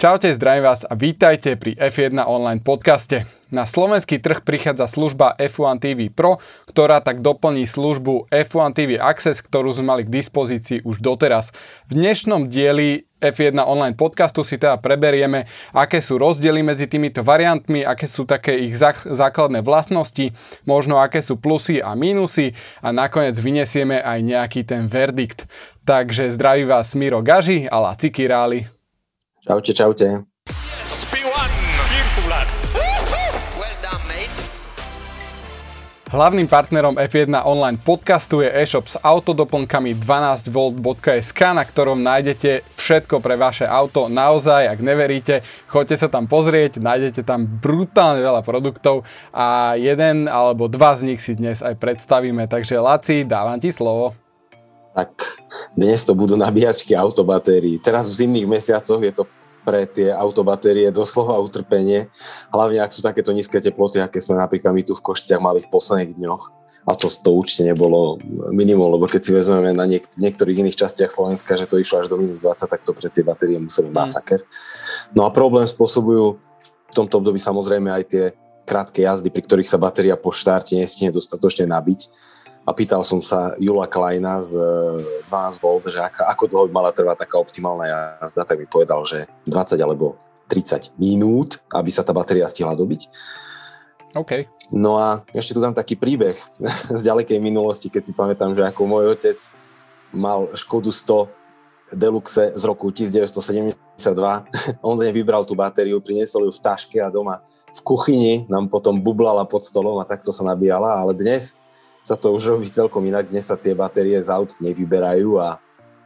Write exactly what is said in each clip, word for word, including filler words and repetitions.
Čaute, zdravím vás a vítajte pri ef jeden online podcaste. Na slovenský trh prichádza služba ef jeden té vé Pro, ktorá tak doplní službu ef jeden té vé Access, ktorú sme mali k dispozícii už doteraz. V dnešnom dieli ef jeden online podcastu si teda preberieme, aké sú rozdiely medzi týmito variantmi, aké sú také ich základné vlastnosti, možno aké sú plusy a mínusy a nakoniec vyniesieme aj nejaký ten verdikt. Takže zdraví vás Miro Gaži a Laci Királi. Čaute, čaute. Hlavným partnerom ef jeden online podcastu je e-shop s autodoplnkami dvanásť volt bodka es ká, na ktorom nájdete všetko pre vaše auto. Naozaj, ak neveríte, choďte sa tam pozrieť, nájdete tam brutálne veľa produktov a jeden alebo dva z nich si dnes aj predstavíme. Takže Laci, dávam ti slovo. Tak dnes to budú nabíjačky autobatérií. Teraz v zimných mesiacoch je to pre tie autobatérie doslova utrpenie. Hlavne ak sú takéto nízke teploty, aké sme napríklad my tu v Košiciach mali v posledných dňoch. A to, to určite nebolo minimum, lebo keď si vezmeme na niek- v niektorých iných častiach Slovenska, že to išlo až do mínus dvadsať, tak to pre tie batérie museli byť masaker. No a problém spôsobujú v tomto období samozrejme aj tie krátke jazdy, pri ktorých sa batéria po štarte nestihne dostatočne nabiť. A pýtal som sa Jula Kleina z dvanásť volt, že ako, ako dlho by mala trvať taká optimálna jazda, tak mi povedal, že dvadsať alebo tridsať minút, aby sa tá batéria stihla dobiť. OK. No a ešte tu dám taký príbeh z ďalekej minulosti, keď si pamätám, že ako môj otec mal Škodu sto Deluxe z roku devätnásťsedemdesiatdva. On z nej vybral tú batériu, priniesol ju v taške a doma v kuchyni nám potom bublala pod stolom a takto sa nabíjala, ale dnes sa to už robí celkom inak. Dnes sa tie batérie z aut nevyberajú a,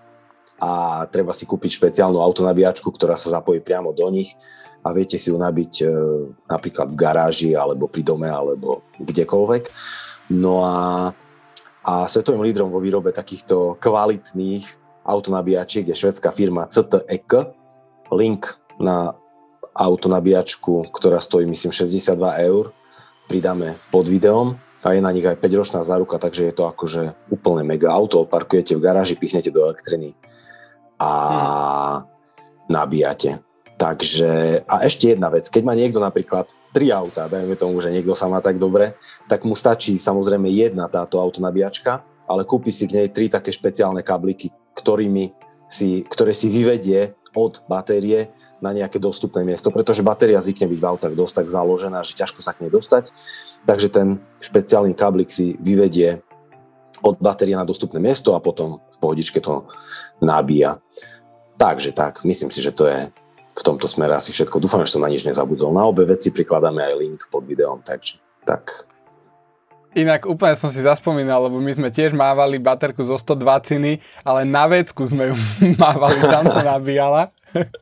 a treba si kúpiť špeciálnu autonabíjačku, ktorá sa zapojí priamo do nich a viete si ju nabiť e, napríklad v garáži alebo pri dome alebo kdekoľvek. No a, a svetovým lídrom vo výrobe takýchto kvalitných autonabíjačiek je švédská firma cé té é ká. Link na autonabíjačku, ktorá stojí myslím šesťdesiatdva eur, pridáme pod videom. A je na nich aj päťročná záruka, takže je to akože úplne mega. Auto odparkujete v garáži, pichnete do elektriny a hmm. nabíjate. Takže, a ešte jedna vec, keď má niekto napríklad tri autá, dajme tomu, že niekto sa má tak dobre, tak mu stačí samozrejme jedna táto autonabíjačka, ale kúpi si k nej tri také špeciálne kabliky, ktorými si, ktoré si vyvedie od batérie na nejaké dostupné miesto, pretože batéria zvykne byť v autách dosť tak založená, že ťažko sa k nej dostať. Takže ten špeciálny káblik si vyvedie od batérie na dostupné miesto a potom v pohodičke to nabíja. Takže tak, myslím si, že to je v tomto smere asi všetko. Dúfam, že som na nič nezabudol. Na obe veci prikladáme aj link pod videom, takže tak. Inak úplne som si zaspomínal, lebo my sme tiež mávali baterku zo sto dvadsať, ale na vecku sme ju mávali, tam sa nabíjala.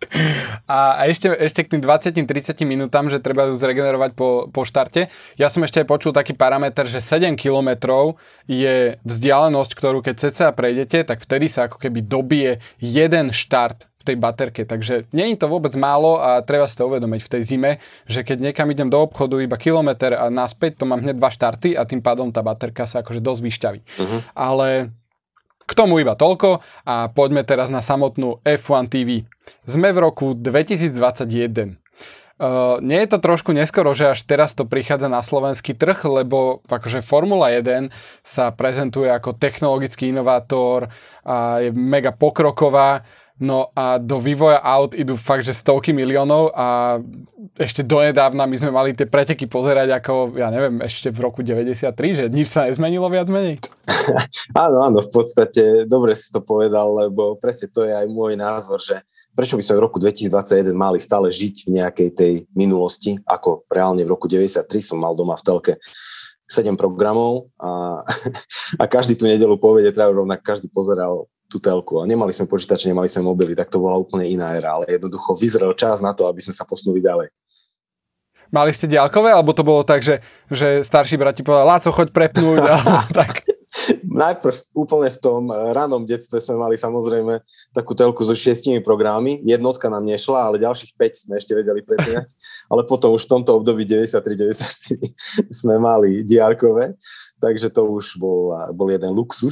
A ešte, ešte k tým dvadsať tridsať minútam, že treba ju zregenerovať po, po štarte. Ja som ešte aj počul taký parameter, že sedem kilometrov je vzdialenosť, ktorú keď cca prejdete, tak vtedy sa ako keby dobije jeden štart v tej baterke. Takže nie je to vôbec málo a treba si to uvedomiť v tej zime, že keď niekam idem do obchodu iba kilometr a naspäť, to mám hneď dva štarty a tým pádom tá baterka sa akože dosť vyšťaví. Uh-huh. Ale k tomu iba toľko a poďme teraz na samotnú ef jeden té vé. Sme v roku dvetisícdvadsaťjeden. Uh, nie je to trošku neskoro, že až teraz to prichádza na slovenský trh, lebo akože Formula jeden sa prezentuje ako technologický inovátor a je mega pokroková. No a do vývoja aut idú fakt, že stovky miliónov a ešte donedávna my sme mali tie preteky pozerať ako, ja neviem, ešte v roku deväťdesiattri, že nič sa nezmenilo viac menej? Áno, áno, v podstate dobre si to povedal, lebo presne to je aj môj názor, že prečo by sme v roku dvetisícdvadsaťjeden mali stále žiť v nejakej tej minulosti, ako reálne v roku deväťdesiattri som mal doma v telke sedem programov a, a každý tú nedeľu po obede treba rovnak každý pozeral tú telku a nemali sme počítače, nemali sme mobily, tak to bola úplne iná éra, ale jednoducho vyzrel čas na to, aby sme sa posunuli ďalej. Mali ste diaľkové, alebo to bolo tak, že, že starší brati povedal, Láco, choď prepnúť, alebo tak? Najprv úplne v tom ranom detstve sme mali samozrejme takú telku so šiestimi programami, jednotka nám nešla, ale ďalších päť sme ešte vedeli prepínať, ale potom už v tomto období deväťdesiattri deväťdesiatštyri sme mali diaľkové, takže to už bol, bol jeden luxus.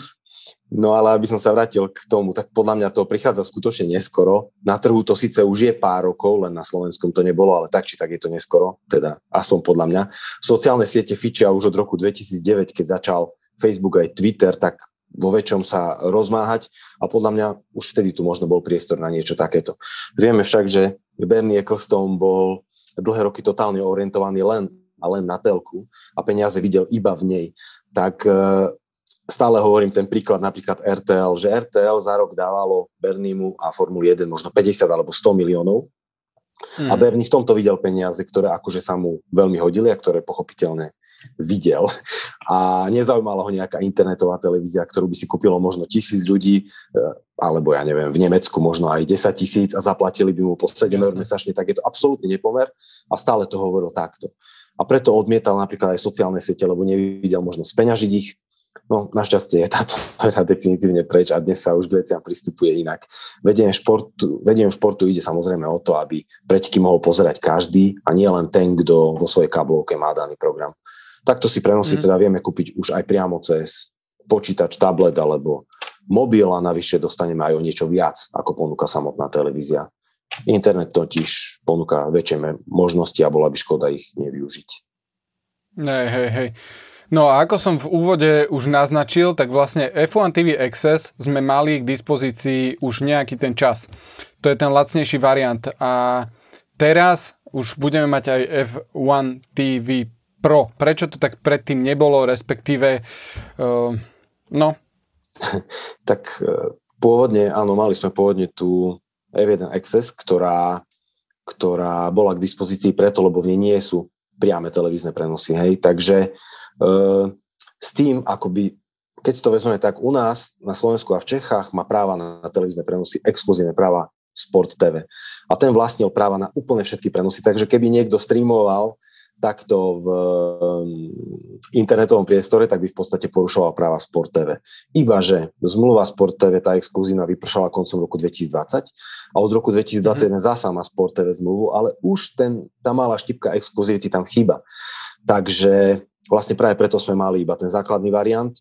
No ale aby som sa vrátil k tomu, tak podľa mňa to prichádza skutočne neskoro. Na trhu to síce už je pár rokov, len na Slovenskom to nebolo, ale tak či tak je to neskoro, teda aspoň podľa mňa. Sociálne siete fičia už od roku dvetisícdeväť, keď začal Facebook aj Twitter, tak vo väčšom sa rozmáhať a podľa mňa už vtedy tu možno bol priestor na niečo takéto. Vieme však, že Bernie Ecclestone bol dlhé roky totálne orientovaný len a len na telku a peniaze videl iba v nej. Tak stále hovorím ten príklad napríklad er té el, že er té el za rok dávalo Berniemu a Formule jeden možno päťdesiat alebo sto miliónov hmm. a Bernie v tomto videl peniaze, ktoré akože sa mu veľmi hodili a ktoré pochopiteľne videl a nezaujímala ho nejaká internetová televízia, ktorú by si kúpilo možno tisíc ľudí, alebo ja neviem, v Nemecku možno aj desať tisíc a zaplatili by mu po sedem eur mesačne, tak je to absolútny nepomer a stále to hovoril takto. A preto odmietal napríklad aj sociálne siete, lebo nevidel možnosť peňažiť ich. No, našťastie je táto hra definitívne preč a dnes sa už k veciam pristupuje inak. Vedenie športu, vedenie športu ide samozrejme o to, aby preteky mohol pozerať každý a nie len ten, kto vo svojej káblovke má daný program. Takto si prenosy mm. teda vieme kúpiť už aj priamo cez počítač, tablet alebo mobil a navyše dostaneme aj o niečo viac, ako ponúka samotná televízia. Internet totiž ponúka väčšie možnosti a bola by škoda ich nevyužiť. Hej, hej, hej. No a ako som v úvode už naznačil, tak vlastne ef jeden té vé Access sme mali k dispozícii už nejaký ten čas. To je ten lacnejší variant. A teraz už budeme mať aj ef jeden té vé Pro. Prečo to tak predtým nebolo, respektíve uh, no? Tak uh, pôvodne, áno, mali sme pôvodne tú ef jeden Access, ktorá, ktorá bola k dispozícii preto, lebo v nej nie sú priame televízne prenosy, hej, takže uh, s tým, akoby, keď si to vezmeme tak u nás, na Slovensku a v Čechách má práva na, na televízne prenosy, exkluzívne práva Sport té vé. A ten vlastnil práva na úplne všetky prenosy, takže keby niekto streamoval takto v internetovom priestore, tak by v podstate porušoval práva Sport té vé. Iba že zmluva Sport té vé, tá exkluzívna, vypršala koncom roku dvetisícdvadsať a od roku dvetisícdvadsaťjeden mm-hmm. zasa má Sport té vé zmluvu, ale už ten, tá malá štipka exkluzivity tam chýba. Takže vlastne práve preto sme mali iba ten základný variant,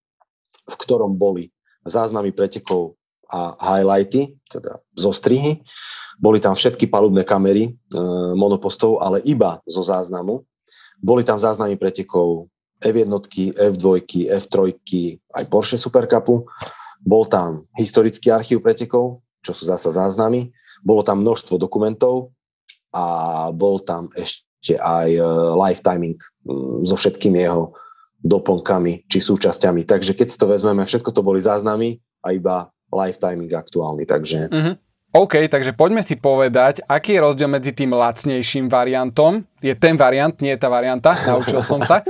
v ktorom boli záznamy pretekov a highlighty, teda zostrihy. Boli tam všetky palubné kamery e, monopostov, ale iba zo záznamu. Boli tam záznamy pretekov ef jeden, ef dva, ef tri, aj Porsche Supercupu. Bol tam historický archív pretekov, čo sú zasa záznamy. Bolo tam množstvo dokumentov a bol tam ešte aj e, live timing m, so všetkými jeho doplnkami či súčasťami. Takže keď si to vezmeme, všetko to boli záznamy a iba live timing aktuálny, takže... Uh-huh. OK, takže poďme si povedať, aký je rozdiel medzi tým lacnejším variantom, je ten variant, nie je tá varianta, naučil som sa.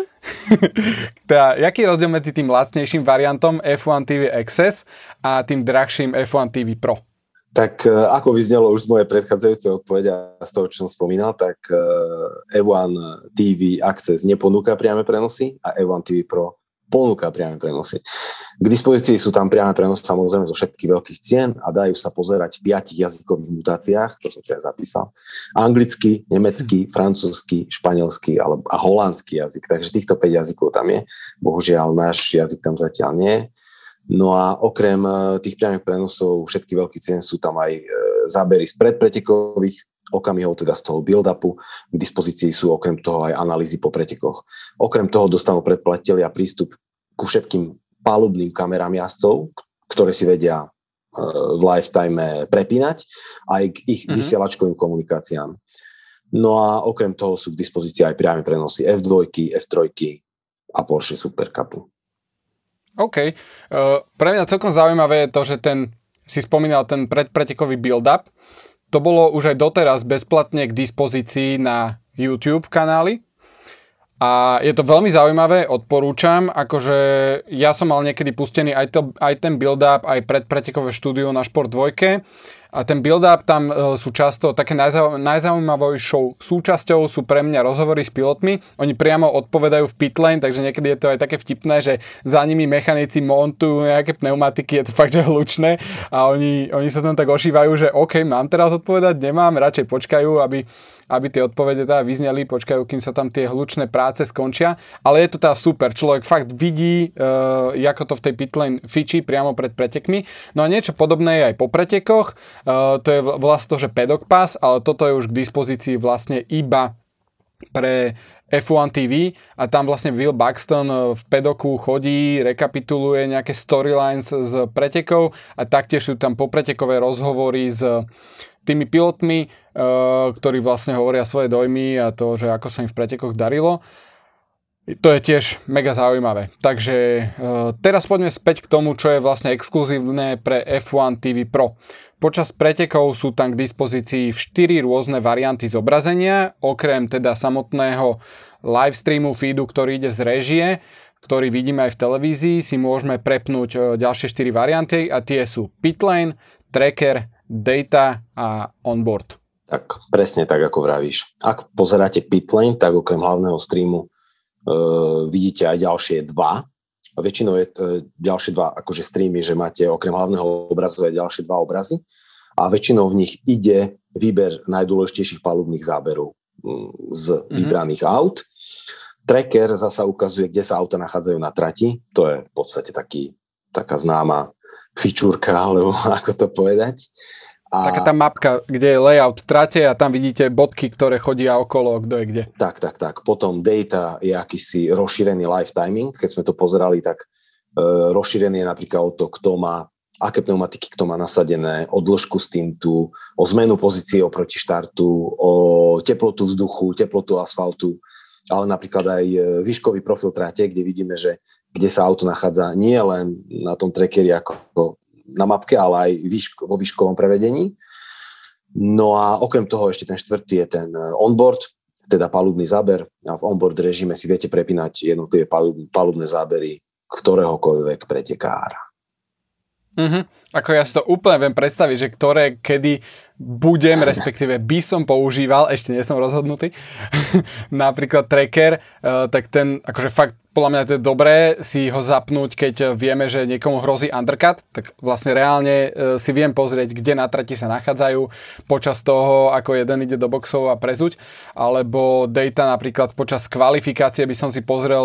Teda, aký je rozdiel medzi tým lacnejším variantom ef jeden té vé Access a tým drahším ef jeden té vé Pro? Tak ako vyznelo už z mojej predchádzajúcej odpovede a z toho, čo som spomínal, tak ef jeden té vé Access neponúka priame prenosy a ef jeden té vé Pro ponúka priame prenosy. K dispozícii sú tam priame prenosy samozrejme zo všetkých veľkých cien a dajú sa pozerať v piatich jazykových mutáciách, to som si aj zapísal. Anglicky, nemecky, francúzsky, španielsky a holandský jazyk. Takže týchto päť jazykov tam je. Bohužiaľ náš jazyk tam zatiaľ nie je. No a okrem tých priamych prenosov všetky veľké cien sú tam aj zábery z predpretekových okamihov, teda z toho build-upu. K dispozícii sú okrem toho aj analýzy po pretekoch. Okrem toho dostanú predplatitelia prístup ku všetkým palubným kamerám jazdcov, ktoré si vedia v lifetime prepínať, aj k ich mm-hmm. vysielačkovým komunikáciám. No a okrem toho sú k dispozícii aj priame prenosy ef dva, ef tri a Porsche Supercupu. OK. Uh, pre mňa celkom zaujímavé je to, že ten, si spomínal ten predpretekový build-up. To bolo už aj doteraz bezplatne k dispozícii na YouTube kanály. A je to veľmi zaujímavé, odporúčam. Akože ja som mal niekedy pustený aj, to, aj ten build-up, aj predpretekové štúdio na Šport dva. A ten build-up tam uh, sú často také najzau- najzaujímavejšou súčasťou sú pre mňa rozhovory s pilotmi. Oni priamo odpovedajú v pitlane, takže niekedy je to aj také vtipné, že za nimi mechanici montujú nejaké pneumatiky, je to fakt, že hlučné a oni, oni sa tam tak ošívajú, že OK, mám teraz odpovedať, nemám, radšej počkajú, aby, aby tie odpovede teda vyzneli, počkajú, kým sa tam tie hlučné práce skončia. Ale je to teda super, človek fakt vidí, uh, ako to v tej pitlane fičí priamo pred pretekmi. No a niečo podobné je aj po pretekoch. Uh, to je vlastne to, že Paddock Pass, ale toto je už k dispozícii vlastne iba pre ef jeden té vé a tam vlastne Will Buxton v Paddocku chodí, rekapituluje nejaké storylines z pretekov a taktiež sú tam popretekové rozhovory s tými pilotmi, uh, ktorí vlastne hovoria svoje dojmy a to, že ako sa im v pretekoch darilo. To je tiež mega zaujímavé. Takže uh, teraz poďme späť k tomu, čo je vlastne exkluzívne pre ef jeden té vé Pro. Počas pretekov sú tam k dispozícii štyri rôzne varianty zobrazenia, okrem teda samotného live streamu feedu, ktorý ide z réžie, ktorý vidíme aj v televízii, si môžeme prepnúť ďalšie štyri varianty a tie sú pitlane, tracker, data a onboard. Tak presne tak, ako vravíš. Ak pozeráte pitlane, tak okrem hlavného streamu Uh, vidíte aj ďalšie dva. Väčšinou je uh, ďalšie dva akože streamy, že máte okrem hlavného obrazu aj ďalšie dva obrazy a väčšinou v nich ide výber najdôležitejších palubných záberov um, z vybraných mm-hmm. aut. Tracker zasa ukazuje, kde sa auta nachádzajú na trati. To je v podstate taký, taká známa fičúrka, alebo ako to povedať. A taká tá mapka, kde je layout trate a tam vidíte bodky, ktoré chodia okolo, kto je kde. Tak, tak, tak. Potom data je akýsi rozšírený live timing. Keď sme to pozerali, tak e, rozšírený je napríklad o to, kto má, aké pneumatiky kto má nasadené, o dĺžku stintu, o zmenu pozície oproti štartu, o teplotu vzduchu, teplotu asfaltu, ale napríklad aj výškový profil trate, kde vidíme, že kde sa auto nachádza nie len na tom trackeri ako na mapke, ale aj výško, vo výškovom prevedení. No a okrem toho ešte ten štvrtý je ten onboard, teda palubný záber a v onboard režime si viete prepínať jednotlivé palubné zábery ktoréhokoľvek pretekára. Mhm. Ako ja si to úplne viem predstaviť, že ktoré kedy budem, respektíve by som používal, ešte nie som rozhodnutý, napríklad tracker, tak ten, akože fakt podľa mňa to je dobré si ho zapnúť, keď vieme, že niekomu hrozí undercut, tak vlastne reálne si viem pozrieť, kde na trati sa nachádzajú počas toho, ako jeden ide do boxov a prezuť, alebo data napríklad počas kvalifikácie by som si pozrel,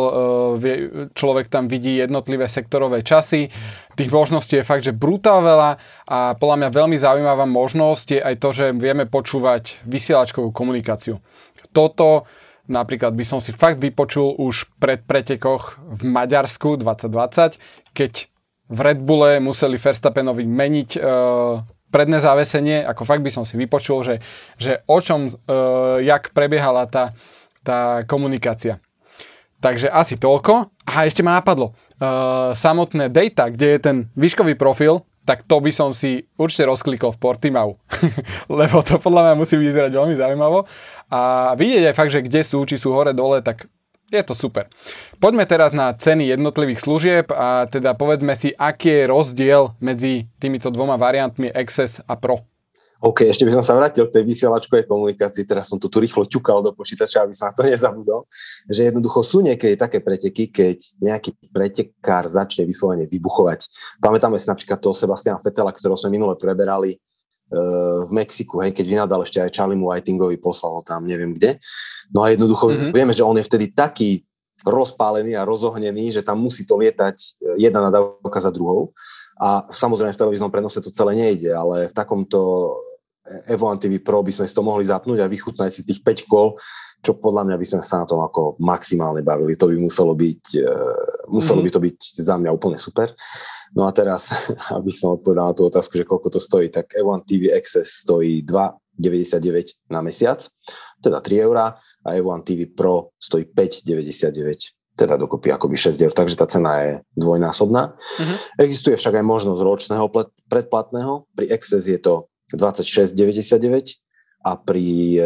človek tam vidí jednotlivé sektorové časy, tých možností je fakt, že brutál veľa a podľa mňa veľmi zaujímavá možnosť je aj to, že vieme počúvať vysielačkovú komunikáciu. Toto napríklad by som si fakt vypočul už pred pretekoch v Maďarsku dvadsať dvadsať, keď v Red Bulle museli Verstappenovi meniť e, predné závesenie, ako fakt by som si vypočul, že, že o čom, e, jak prebiehala tá, tá komunikácia. Takže asi toľko. A ešte ma napadlo, e, samotné data, kde je ten výškový profil, tak to by som si určite rozklikol v Portimau. Lebo to podľa mňa musí vyzerať veľmi zaujímavo. A vidieť aj fakt, že kde sú, či sú hore, dole, tak je to super. Poďme teraz na ceny jednotlivých služieb a teda povedzme si, aký je rozdiel medzi týmito dvoma variantmi Access a Pro. OK, ešte by som sa vrátil k tej vysielačkovej komunikácii, teraz som to tu rýchlo ťukal do počítača, aby som na to nezabudol, že jednoducho sú niekedy také preteky, keď nejaký pretekár začne vyslovene vybuchovať. Pamätáme si napríklad toho Sebastiana Vettela, ktorého sme minule preberali uh, v Mexiku, hej, keď vynadal ešte aj Charliemu Whitingovi, poslal ho tam neviem kde. No a jednoducho mm-hmm. vieme, že on je vtedy taký rozpálený a rozohnený, že tam musí to lietať jedna nadávka za druhou. A samozrejme v televíznom prenose to celé nejde, ale v takomto ef jeden té vé Pro by sme si to mohli zapnúť a vychutnať si tých päť kôl, čo podľa mňa by sme sa na tom ako maximálne bavili. To by muselo byť, muselo mm-hmm. by to byť za mňa úplne super. No a teraz, aby som odpovedal na tú otázku, že koľko to stojí, tak ef jeden té vé Access stojí dva deväťdesiatdeväť na mesiac, teda tri eurá, a ef jeden té vé Pro stojí päť deväťdesiatdeväť, teda dokopy akoby šesť eur, takže tá cena je dvojnásobná. Mm-hmm. Existuje však aj možnosť ročného predplatného, pri Access je to dvadsaťšesť deväťdesiatdeväť a pri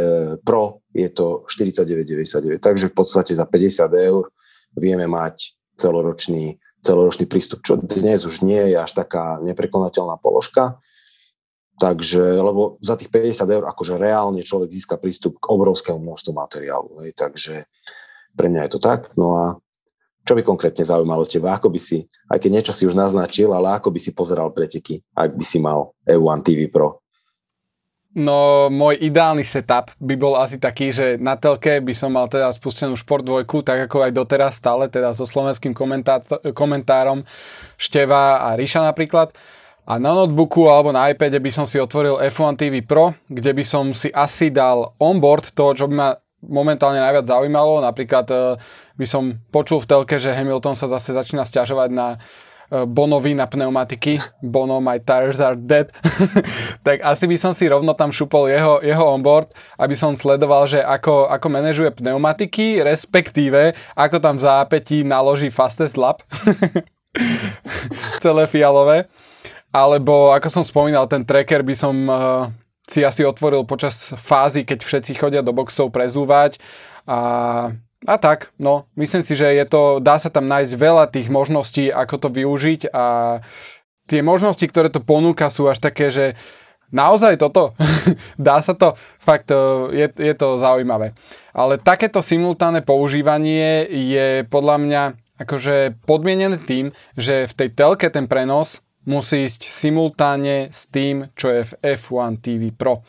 Pro je to štyridsaťdeväť deväťdesiatdeväť. Takže v podstate za päťdesiat eur vieme mať celoročný, celoročný prístup, čo dnes už nie je až taká neprekonateľná položka. Takže, lebo za tých päťdesiat eur akože reálne človek získa prístup k obrovskému množstvu materiálu. Hej. Takže pre mňa je to tak. No a čo by konkrétne zaujímalo teba? Ako by si, aj keď niečo si už naznačil, ale ako by si pozeral preteky, ak by si mal ef jeden té vé Pro? No, môj ideálny setup by bol asi taký, že na telke by som mal teda spustenú Šport dvojku, tak ako aj doteraz stále, teda so slovenským komentárom Števa a Ríša napríklad. A na notebooku alebo na iPade by som si otvoril ef jeden té vé Pro, kde by som si asi dal onboard to, čo by ma momentálne najviac zaujímalo. Napríklad by som počul v telke, že Hamilton sa zase začína sťažovať na Bonovi na pneumatiky. Bono, my tires are dead. Tak asi by som si rovno tam šupol jeho, jeho onboard, aby som sledoval, že ako, ako manažuje pneumatiky, respektíve ako tam v zápätí naloží fastest lap. Celé fialové. Alebo, ako som spomínal, ten tracker by som uh, si asi otvoril počas fázy, keď všetci chodia do boxov prezúvať. A, a tak, no, myslím si, že je to, dá sa tam nájsť veľa tých možností, ako to využiť. A tie možnosti, ktoré to ponúka, sú až také, že naozaj toto? Dá sa to? Fakt, je, je to zaujímavé. Ale takéto simultánne používanie je podľa mňa akože podmienené tým, že v tej telke ten prenos musí ísť simultáne s tým, čo je v ef jeden té vé Pro.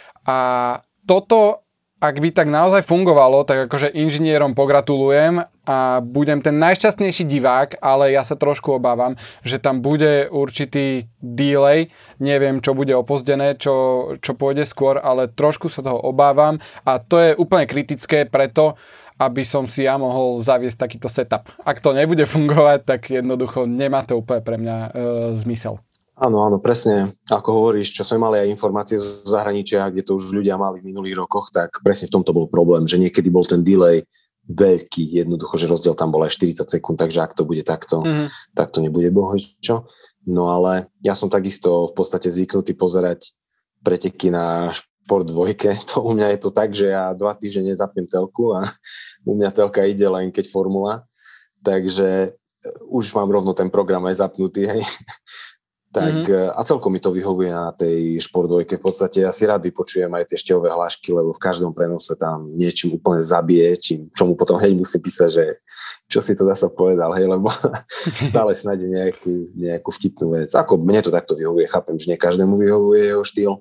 A toto, ak by tak naozaj fungovalo, tak akože inžinierom pogratulujem a budem ten najšťastnejší divák, ale ja sa trošku obávam, že tam bude určitý delay, neviem, čo bude opozdené, čo, čo pôjde skôr, ale trošku sa toho obávam a to je úplne kritické preto, aby som si ja mohol zaviesť takýto setup. Ak to nebude fungovať, tak jednoducho nemá to úplne pre mňa e, zmysel. Áno, áno, presne. Ako hovoríš, čo sme mali aj informácie zo zahraničia, kde to už ľudia mali v minulých rokoch, tak presne v tomto bol problém, že niekedy bol ten delay veľký, jednoducho, že rozdiel tam bol aj štyridsať sekúnd, takže ak to bude takto, mm-hmm. tak to nebude bohočo. No ale ja som takisto v podstate zvyknutý pozerať preteky na Šport dvojke. To u mňa je to tak, že ja dva týždne nezapnem telku a u mňa telka ide len keď formula. Takže už mám rovno ten program aj zapnutý, hej. Tak mm-hmm. a celkom mi to vyhovuje na tej Šport dvojke. V podstate ja si rád vypočujem aj tie števové hlášky, lebo v každom prenose tam niečím úplne zabije, čím, čomu potom hej musím písať, že čo si to zasa povedal, hej, lebo stále snáď nejakú, nejakú vtipnú vec. Ako mne to takto vyhovuje, chápem, že nie každému vyhovuje jeho štýl,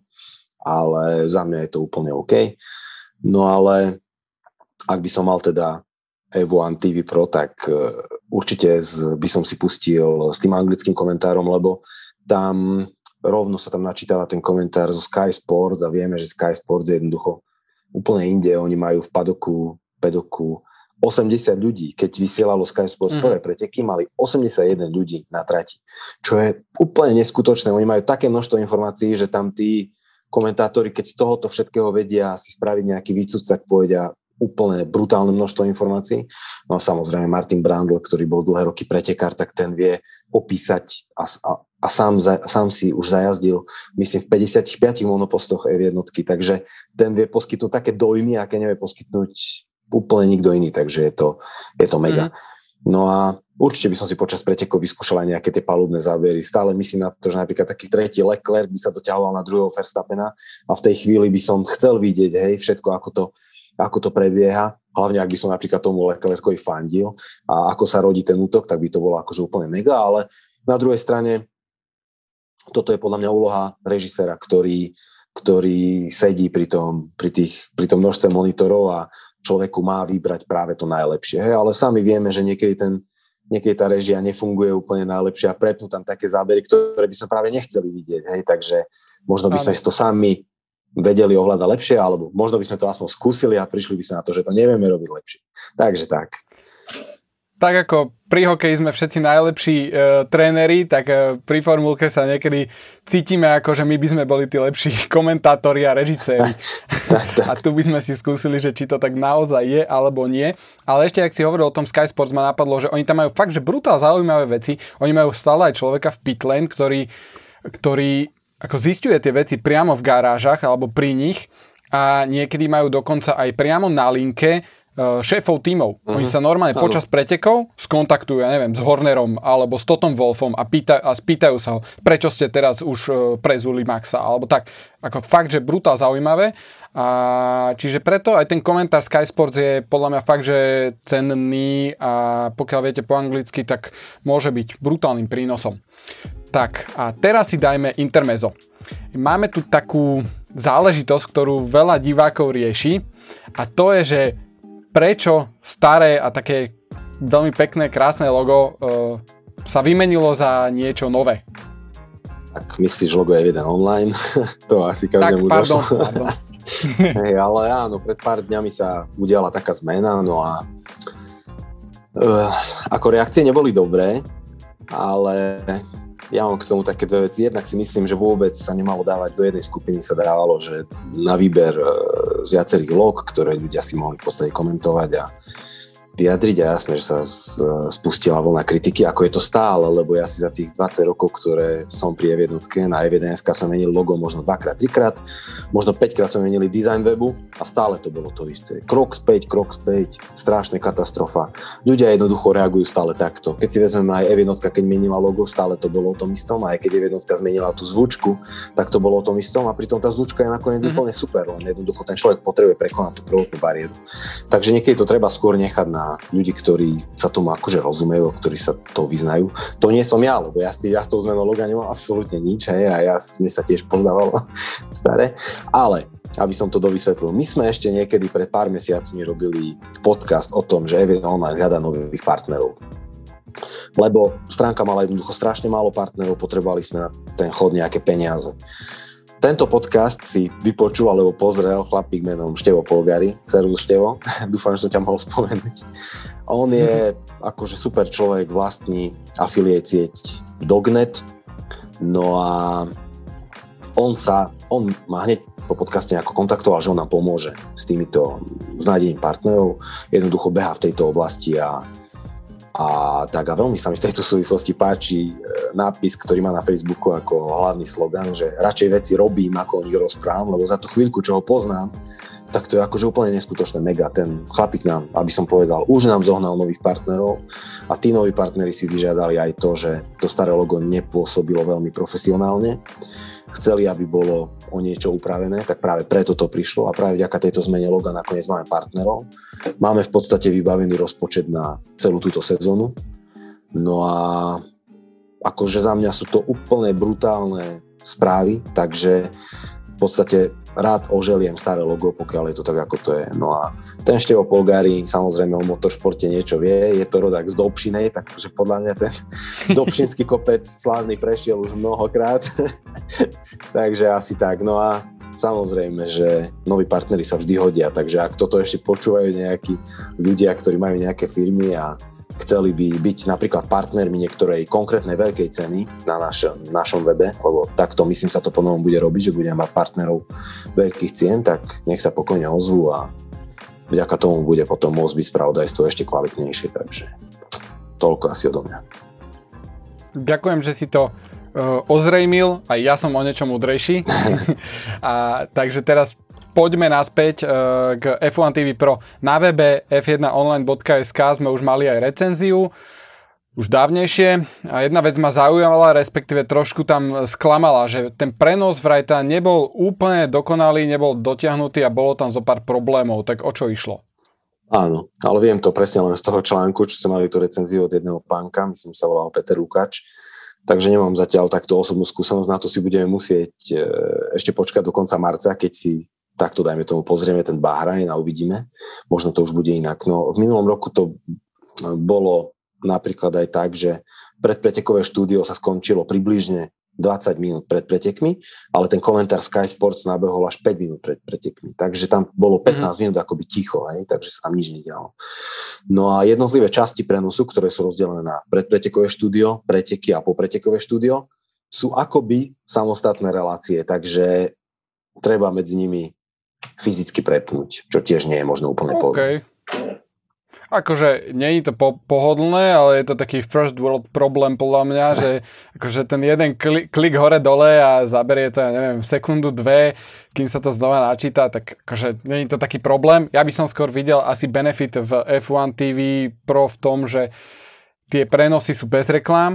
ale za mňa je to úplne OK. No ale ak by som mal teda ef jeden té vé Pro, tak určite by som si pustil s tým anglickým komentárom, lebo tam rovno sa tam načítava ten komentár zo Sky Sports a vieme, že Sky Sports je jednoducho úplne inde. Oni majú v padoku, pedoku osemdesiat ľudí. Keď vysielalo Sky Sports mm. prvé preteky, mali osemdesiatjeden ľudí na trati, čo je úplne neskutočné. Oni majú také množstvo informácií, že tam tí komentátori, keď z tohoto všetkého vedia si spraviť nejaký výcud, tak povedia úplne brutálne množstvo informácií. No a samozrejme Martin Brundle, ktorý bol dlhé roky pretekár, tak ten vie opísať a, a, a sám, za, sám si už zajazdil, myslím, v päťdesiatpäť monopostoch ef jednotky, takže ten vie poskytnúť také dojmy, aké nevie poskytnúť úplne nikto iný, takže je to, je to mega. Mm. No a určite by som si počas pretekov vyskúšal aj nejaké tie palubné zábery. Stále myslím na to, že napríklad taký tretí Leclerc by sa doťahoval na druhého Verstappena a v tej chvíli by som chcel vidieť, hej, všetko, ako to, ako to prebieha. Hlavne, ak by som napríklad tomu Leclercovi fandil a ako sa rodí ten útok, tak by to bolo akože úplne mega, ale na druhej strane toto je podľa mňa úloha režiséra, ktorý, ktorý sedí pri tom, pri tých, pri tom množstve monitorov a človeku má vybrať práve to najlepšie. Hej? Ale sami vieme, že niekedy, ten, niekedy tá režia nefunguje úplne najlepšie a prepnú tam také zábery, ktoré by sme práve nechceli vidieť. Hej? Takže možno by sme to sami vedeli ovládať lepšie, alebo možno by sme to aspoň skúsili a prišli by sme na to, že to nevieme robiť lepšie. Takže tak. Tak ako pri hokeji sme všetci najlepší e, tréneri, tak e, pri formulke sa niekedy cítime ako, že my by sme boli tí lepší komentátori a režiséri. Tak, tak. A tu by sme si skúsili, že či to tak naozaj je alebo nie. Ale ešte, ak si hovoril o tom Sky Sports, ma napadlo, že oni tam majú fakt, že brutál zaujímavé veci. Oni majú stále aj človeka v pitlane, ktorý, ktorý ako zisťuje tie veci priamo v garážach alebo pri nich a niekedy majú dokonca aj priamo na linke šéfov tímov. Uh-huh. Oni sa normálne Áno. počas pretekov skontaktujú, ja neviem, s Hornerom alebo s Totom Wolfom a, pýta, a spýtajú sa ho, prečo ste teraz už prezuli Maxa, alebo tak. Ako fakt, že brutál zaujímavé. A čiže preto aj ten komentár Sky Sports je podľa mňa fakt, že cenný a pokiaľ viete po anglicky, tak môže byť brutálnym prínosom. Tak a teraz si dajme intermezzo. Máme tu takú záležitosť, ktorú veľa divákov rieši a to je, že prečo staré a také veľmi pekné, krásne logo uh, sa vymenilo za niečo nové. Tak myslíš logo F jeden Online? To asi každému tak, pardon, došlo. pardon. Hej, ale áno, pred pár dňami sa udiala taká zmena, no a uh, ako reakcie neboli dobré, ale ja mám k tomu také dve veci. Jednak si myslím, že vôbec sa nemalo dávať do jednej skupiny, sa dávalo, že na výber uh, z viacerých log, ktoré ľudia si mohli v podstate komentovať a vyjadriť a jasné, že sa spustila vlna kritiky, ako je to stále, lebo ja si za tých dvadsať rokov, ktoré som pri F jednotke, na F jeden bodka es ká som menil logo možno dvakrát, trikrát, možno päťkrát som menili design webu a stále to bolo to isté. Krok späť, krok späť, strašná katastrofa. Ľudia jednoducho reagujú stále takto. Keď si vezmeme aj F jednotka, keď menila logo, stále to bolo o tom istom, a aj keď F jednotka zmenila tú zvučku, tak to bolo o tom istom a pritom tá zvučka je nakoniec mm-hmm. úplne super, len jednoducho ten človek potrebuje prekonať tú prvotnú bariéru. Takže niekedy to treba skôr nechať na ľudí, ktorí sa tomu akože rozumejú, ktorí sa to vyznajú. To nie som ja, lebo ja, ja s tou zmenou loga nemám absolútne nič, hej, a ja, mne sa tiež pozdávalo staré. Ale, aby som to dovysvetlil, my sme ešte niekedy pred pár mesiacmi robili podcast o tom, že F jeden Online hľadá nových partnerov. Lebo stránka mala jednoducho strašne málo partnerov, potrebovali sme na ten chod nejaké peniaze. Tento podcast si vypočul alebo pozrel chlapík menom Števo Polgári. Servus Števo, dúfam, že som ťa mohol spomenúť. On je akože super človek, vlastní affiliate sieť Dognet. No a on sa, on ma hneď po podcaste nejako kontaktoval, že on nám pomôže s týmito znádením partnerov. Jednoducho behá v tejto oblasti a A tak a veľmi sa mi v tejto súvislosti páči nápis, ktorý má na Facebooku ako hlavný slogan, že radšej veci robím, ako o nich rozprávam, lebo za tú chvíľku, čo ho poznám, tak to je akože úplne neskutočné mega. Ten chlapík nám, aby som povedal, už nám zohnal nových partnerov a tí noví partneri si vyžiadali aj to, že to staré logo nepôsobilo veľmi profesionálne. Chceli, aby bolo o niečo upravené, tak práve preto to prišlo a práve vďaka tejto zmene loga nakoniec máme partnerov. Máme v podstate vybavený rozpočet na celú túto sezónu. No a akože za mňa sú to úplne brutálne správy, takže v podstate rád oželiem staré logo, pokiaľ je to tak, ako to je. No a ten Števo Polgári samozrejme o motoršporte niečo vie, je to rodák z Dobšinej, takže podľa mňa ten Dobšinský kopec slávny prešiel už mnohokrát. Takže asi tak. No a samozrejme, že noví partneri sa vždy hodia, takže ak toto ešte počúvajú nejakí ľudia, ktorí majú nejaké firmy a chceli by byť napríklad partnermi niektorej konkrétnej veľkej ceny na našom, našom webe, lebo takto myslím sa to po novom bude robiť, že budeme mať partnerov veľkých cien, tak nech sa pokojne ozvú a vďaka tomu bude potom môcť byť spravodajstvo ešte kvalitnejšie, takže toľko asi odo mňa. Ďakujem, že si to uh, ozrejmil, aj ja som o niečom múdrejší. A takže teraz poďme naspäť uh, k ef jeden té vé Pro. Na webe ef jeden online bodka es ká sme už mali aj recenziu, už dávnejšie. A jedna vec ma zaujala, respektíve trošku tam sklamala, že ten prenos vraj tam nebol úplne dokonalý, nebol dotiahnutý a bolo tam zo pár problémov. Tak o čo išlo? Áno, ale viem to presne len z toho článku, čo sme mali tú recenziu od jedného pánka, myslím, sa volal Peter Lukáč. Takže nemám zatiaľ takto osobnú skúsenosť, na to si budeme musieť ešte počkať do konca marca, keď si takto, dajme tomu, pozrieme ten Bahrajn a uvidíme. Možno to už bude inak. No, v minulom roku to bolo napríklad aj tak, že predpretekové štúdio sa skončilo približne dvadsať minút pred pretekmi, ale ten komentár Sky Sports nabehol až päť minút pred pretekmi. Takže tam bolo pätnásť mm. minút akoby ticho, hej, takže sa tam nič nedialo. No a jednotlivé časti prenosu, ktoré sú rozdelené na predpretekové štúdio, preteky a popretekové štúdio, sú akoby samostatné relácie, takže treba medzi nimi fyzicky prepnúť, čo tiež nie je možno úplne okay. povedať. Akože nie je to po- pohodlné, ale je to taký first world problém podľa mňa, že akože ten jeden klik, klik hore-dole a zaberie to, ja neviem, sekundu, dve, kým sa to znova načíta, tak akože nie je to taký problém. Ja by som skôr videl asi benefit v ef jeden té vé Pro v tom, že tie prenosy sú bez reklám.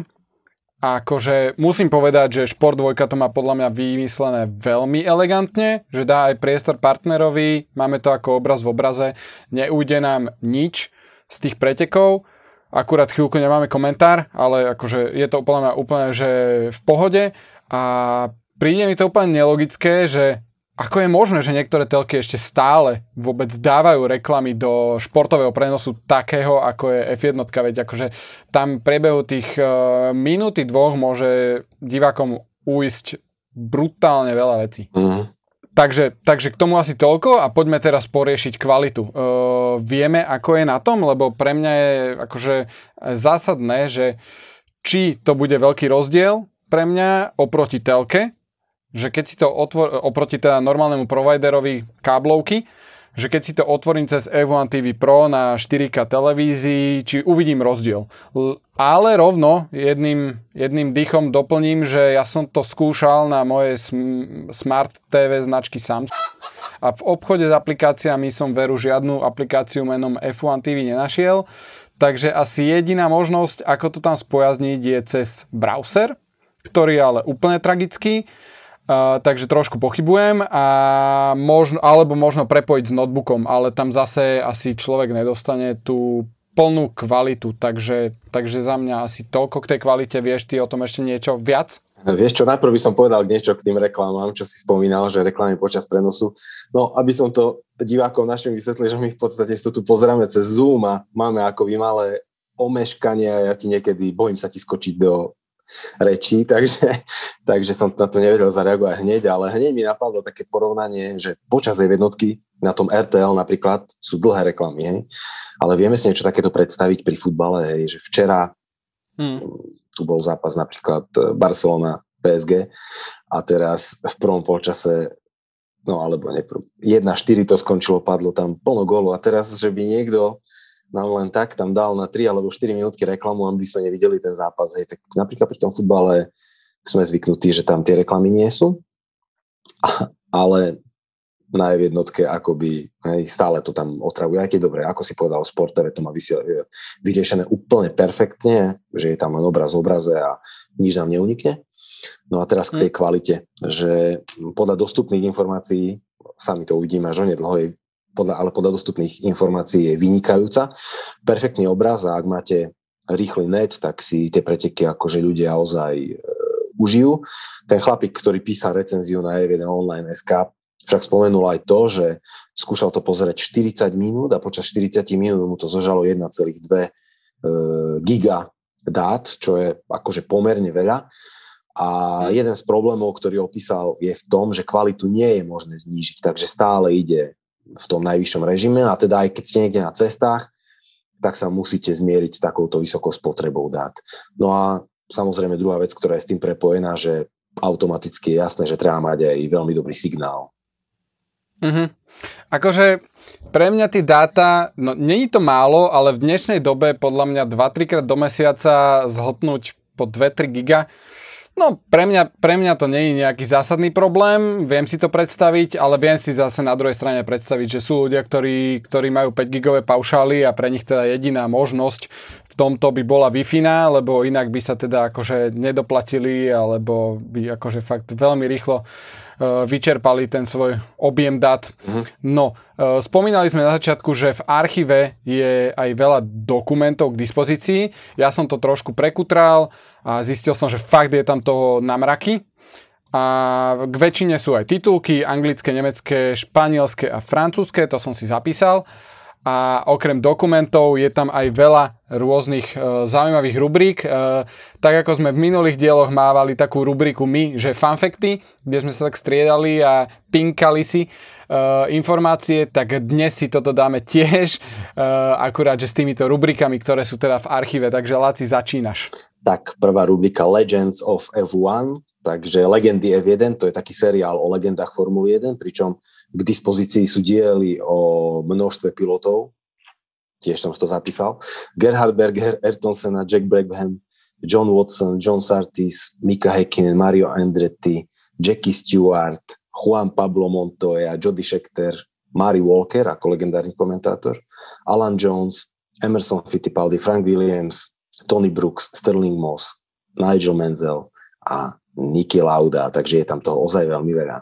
A akože musím povedať, že Šport dva to má podľa mňa vymyslené veľmi elegantne, že dá aj priestor partnerovi, máme to ako obraz v obraze, neújde nám nič z tých pretekov, akurát chvíľku nemáme komentár, ale akože je to úplne, úplne že v pohode a príde mi to úplne nelogické, že ako je možné, že niektoré telky ešte stále vôbec dávajú reklamy do športového prenosu takého, ako je ef jedna, veď akože tam priebehu tých uh, minúty dvoch môže divákom uísť brutálne veľa vecí. Mm. Takže, takže k tomu asi toľko a poďme teraz poriešiť kvalitu. Uh, vieme, ako je na tom, lebo pre mňa je akože zásadné, že či to bude veľký rozdiel pre mňa oproti telke, že keď si to otvorím, oproti teda normálnemu providerovi káblovky, že keď si to otvorím cez ef jeden té vé Pro na štyri ká televízii, či uvidím rozdiel. Ale rovno jedným, jedným dýchom doplním, že ja som to skúšal na moje sm- Smart té vé značky Samsung a v obchode s aplikáciami som veru žiadnu aplikáciu menom ef jeden té vé nenašiel, takže asi jediná možnosť, ako to tam spojazniť, je cez browser, ktorý je ale úplne tragický. Uh, takže trošku pochybujem a možno, alebo možno prepojiť s notebookom, ale tam zase asi človek nedostane tú plnú kvalitu, takže, takže za mňa asi toľko k tej kvalite. Vieš ty o tom ešte niečo viac? Vieš čo, najprv by som povedal niečo k tým reklamám, čo si spomínal, že reklamy počas prenosu. No, aby som to divákom našim vysvetlil, že my v podstate si to tu pozeráme cez Zoom a máme akoby malé omeškania, ja ti niekedy bojím sa ti skočiť do rečí, takže, takže som na to nevedel zareagovať hneď, ale hneď mi napadlo také porovnanie, že počas ef jednotky na tom er té el napríklad sú dlhé reklamy, hej? Ale vieme si niečo takéto predstaviť pri futbale, hej? Že včera hmm. tu bol zápas napríklad Barcelona pé es gé a teraz v prvom polčase no alebo neprv, jedna štyri to skončilo, padlo tam plno gólu a teraz, že by niekto nám len tak tam dal na tri alebo štyri minútky reklamu, aby sme nevideli ten zápas. Hej. Tak napríklad pri tom futbale sme zvyknutí, že tam tie reklamy nie sú, ale na ef jednotke akoby hej, stále to tam otravuje. Aj keď dobre, ako si povedal, Sportové to má vyriešené úplne perfektne, že je tam len obraz v obraze a nič nám neunikne. No a teraz k tej kvalite, že podľa dostupných informácií, sami to uvidíme až onedlho, Podľa, ale podľa dostupných informácií je vynikajúca. Perfektný obraz a ak máte rýchly net, tak si tie preteky akože ľudia ozaj e, užijú. Ten chlapík, ktorý písal recenziu na ef jeden online bodka es ká, však spomenul aj to, že skúšal to pozerať štyridsať minút a počas štyridsať minút mu to zožalo jeden celá dva e, giga dát, čo je akože pomerne veľa. A jeden z problémov, ktorý opísal, je v tom, že kvalitu nie je možné znížiť, takže stále ide v tom najvyššom režime a teda aj keď ste niekde na cestách, tak sa musíte zmieriť s takouto vysokou spotrebou dát. No a samozrejme druhá vec, ktorá je s tým prepojená, že automaticky je jasné, že treba mať aj veľmi dobrý signál. Mhm. Akože pre mňa tie dáta, no nie je to málo, ale v dnešnej dobe podľa mňa dva tri krát do mesiaca zhltnúť po dva tri giga. No, pre mňa, pre mňa to nie je nejaký zásadný problém, viem si to predstaviť, ale viem si zase na druhej strane predstaviť, že sú ľudia, ktorí, ktorí majú päť gigové paušály a pre nich teda jediná možnosť v tomto by bola Wi-Fi, lebo inak by sa teda akože nedoplatili, alebo by akože fakt veľmi rýchlo uh, vyčerpali ten svoj objem dát. Mhm. No, uh, spomínali sme na začiatku, že v archíve je aj veľa dokumentov k dispozícii. Ja som to trošku prekutral a zistil som, že fakt je tam toho na mraky. A k väčšine sú aj titulky, anglické, nemecké, španielské a francúzske, to som si zapísal. A okrem dokumentov je tam aj veľa rôznych e, zaujímavých rubrík. E, tak ako sme v minulých dieloch mávali takú rubriku my, že fanfakty, kde sme sa tak striedali a pinkali si e, informácie, tak dnes si toto dáme tiež, e, akurát, že s týmito rubrikami, ktoré sú teda v archíve. Takže Laci, začínaš. Tak prvá rubrika Legends of ef jeden, takže Legendy ef jeden, to je taký seriál o legendách Formuly jeden, pričom k dispozícii sú diely o množstve pilotov, tiež som to zapísal, Gerhard Berger, Ayrton Senna, Jack Brabham, John Watson, John Surtees, Mika Häkkinen, Mario Andretti, Jackie Stewart, Juan Pablo Montoya, Jody Scheckter, Murray Walker ako legendárny komentátor, Alan Jones, Emerson Fittipaldi, Frank Williams, Tony Brooks, Sterling Moss, Nigel Mansell a Niki Lauda, takže je tam toho ozaj veľmi veľa.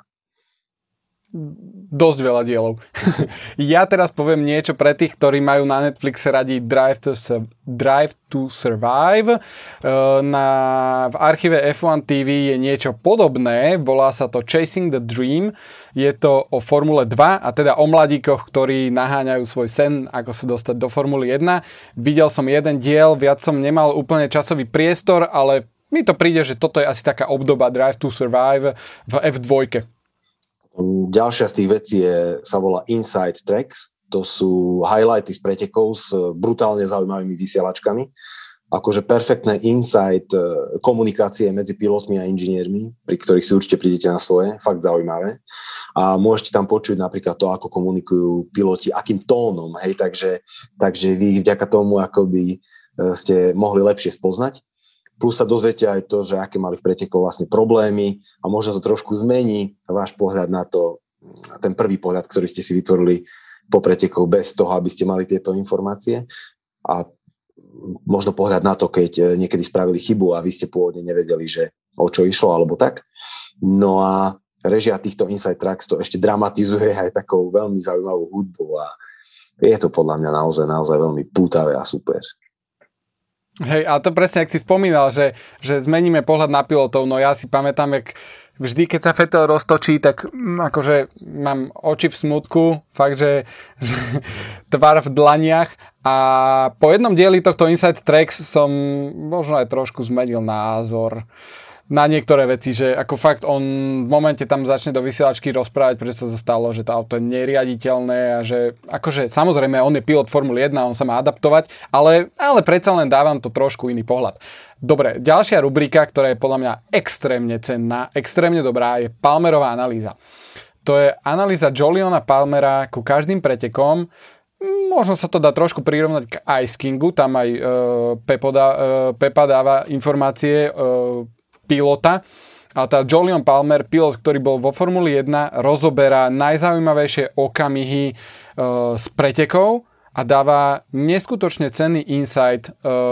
Dosť veľa dielov. Ja teraz poviem niečo pre tých, ktorí majú na Netflixe radi Drive to, Drive to Survive. Na, v archíve ef jeden té vé je niečo podobné, volá sa to Chasing the Dream. Je to o Formule dva a teda o mladíkoch, ktorí naháňajú svoj sen, ako sa dostať do Formuly jeden. Videl som jeden diel, viac som nemal úplne časový priestor, ale mi to príde, že toto je asi taká obdoba Drive to Survive v ef dva. Ďalšia z tých vecí je, sa volá Inside Tracks. To sú highlighty z pretekov s brutálne zaujímavými vysielačkami. Akože perfektné insight komunikácie medzi pilotmi a inžiniermi, pri ktorých si určite prídete na svoje. Fakt zaujímavé. A môžete tam počuť napríklad to, ako komunikujú piloti, akým tónom. Hej? Takže, takže vy vďaka tomu akoby ste mohli lepšie spoznať. Plus sa dozviete aj to, že aké mali v pretekoch vlastne problémy a možno to trošku zmení váš pohľad na to, ten prvý pohľad, ktorý ste si vytvorili po pretekoch bez toho, aby ste mali tieto informácie a možno pohľad na to, keď niekedy spravili chybu a vy ste pôvodne nevedeli, že o čo išlo alebo tak. No a režia týchto Inside Tracks to ešte dramatizuje aj takou veľmi zaujímavou hudbou a je to podľa mňa naozaj, naozaj veľmi pútavé a super. Hej, a to presne, ak si spomínal, že, že zmeníme pohľad na pilotov, no ja si pamätám, jak vždy, keď sa Vettel roztočí, tak akože mám oči v smutku, fakt, že, že tvar v dlaniach a po jednom dieli tohto Inside Tracks som možno aj trošku zmenil názor na niektoré veci, že ako fakt on v momente tam začne do vysielačky rozprávať, prečo sa stalo, že to auto je neriaditeľné a že akože samozrejme on je pilot Formuly jeden, on sa má adaptovať, ale, ale predsa len dávam to trošku iný pohľad. Dobre, ďalšia rubrika, ktorá je podľa mňa extrémne cenná, extrémne dobrá, je Palmerová analýza. To je analýza Joliona Palmera ku každým pretekom. Možno sa to dá trošku prirovnať k Ice Kingu, tam aj uh, Pepo dá, uh, Pepa dáva informácie uh, pilota. A tá Jolion Palmer, pilot, ktorý bol vo Formuli jeden, rozoberá najzaujímavejšie okamihy e, z pretekov a dáva neskutočne cenný insight e,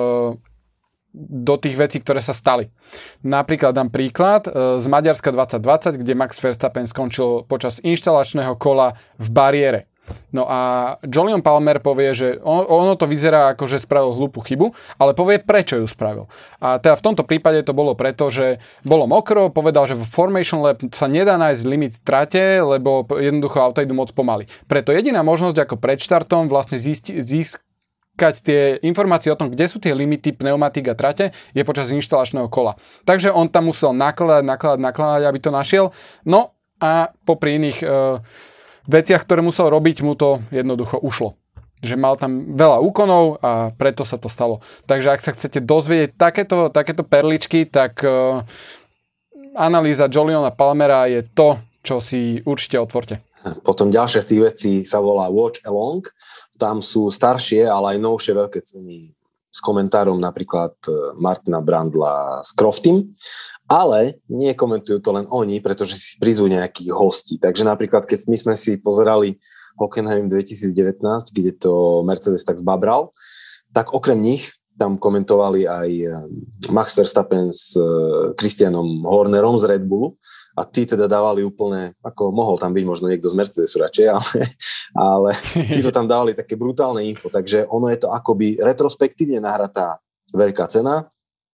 do tých vecí, ktoré sa stali. Napríklad dám príklad e, z Maďarska dvadsať dvadsať, kde Max Verstappen skončil počas inštalačného kola v bariére. No a Jolion Palmer povie, že on, ono to vyzerá ako, že spravil hlúpu chybu, ale povie, prečo ju spravil. A teda v tomto prípade to bolo preto, že bolo mokro, povedal, že v Formation Lab sa nedá nájsť limit trate, lebo jednoducho auta idú moc pomaly. Preto jediná možnosť ako pred štartom vlastne zisti, získať tie informácie o tom, kde sú tie limity pneumatik a trate, je počas inštalačného kola. Takže on tam musel nakladať, nakladať, nakladať, aby to našiel. No a popri iných e, veciach, ktoré musel robiť, mu to jednoducho ušlo. Že mal tam veľa úkonov a preto sa to stalo. Takže ak sa chcete dozvedieť takéto, takéto perličky, tak uh, analýza Joliona Palmera je to, čo si určite otvorte. Potom ďalšia z tých vecí sa volá Watch Along. Tam sú staršie, ale aj novšie veľké ceny s komentárom napríklad Martina Brandla s Croftym. Ale nie komentujú to len oni, pretože si prizvú nejakých hostí. Takže napríklad, keď my sme si pozerali Hockenheim dvetisícdevätnásť, kde to Mercedes tak zbabral, tak okrem nich tam komentovali aj Max Verstappen s Christianom Hornerom z Red Bullu a tí teda dávali úplne, ako mohol tam byť možno niekto z Mercedesu radšej, ale, ale tí to tam dávali také brutálne info. Takže ono je to akoby retrospektívne nahratá veľká cena,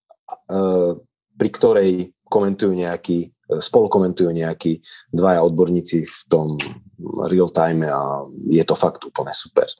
pri ktorej komentujú nejakí, spolu komentujú nejakí dvaja odborníci v tom real time a je to fakt úplne super.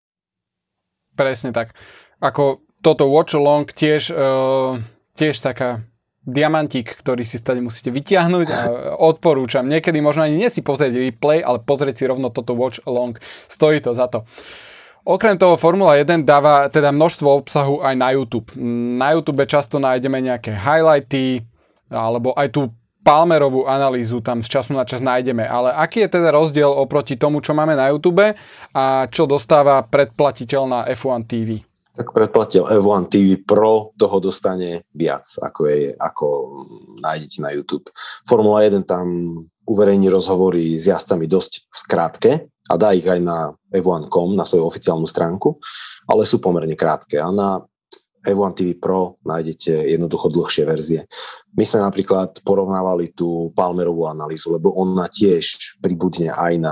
Presne tak. Ako toto watch along tiež, uh, tiež taká diamantík, ktorý si tady musíte vytiahnuť a odporúčam. Niekedy možno ani nie si pozrieť replay, ale pozrieť si rovno toto watch along. Stojí to za to. Okrem toho Formula jeden dáva teda množstvo obsahu aj na YouTube. Na YouTube často nájdeme nejaké highlighty, alebo aj tú Palmerovú analýzu tam z času na čas nájdeme, ale aký je teda rozdiel oproti tomu, čo máme na YouTube a čo dostáva predplatiteľ na ef jeden té vé? Tak predplatiteľ ef jeden té vé Pro toho dostane viac, ako, je, ako nájdete na YouTube. Formula jeden tam uverejní rozhovory s jazdcami dosť v skrátke a dá ich aj na ef jeden bodka com, na svoju oficiálnu stránku, ale sú pomerne krátke. A na ef jeden té vé Pro nájdete jednoducho dlhšie verzie. My sme napríklad porovnávali tú Palmerovú analýzu, lebo ona tiež pribudne aj na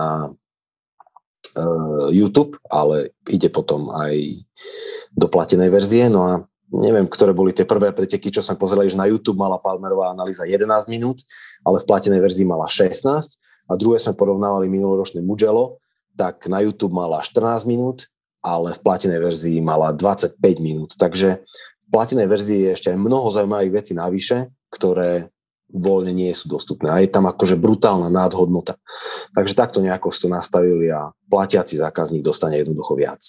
uh, YouTube, ale ide potom aj do platenej verzie. No a neviem, ktoré boli tie prvé preteky, čo sme pozerali, že na YouTube mala Palmerová analýza jedenásť minút, ale v platenej verzii mala šestnásť. A druhé sme porovnávali minuloročné Mugello, tak na YouTube mala štrnásť minút, ale v platenej verzii mala dvadsaťpäť minút. Takže v platenej verzii je ešte aj mnoho zaujímavých vecí navyše, ktoré voľne nie sú dostupné. A je tam akože brutálna nadhodnota. Takže takto nejako si to nastavili a platiaci zákazník dostane jednoducho viac.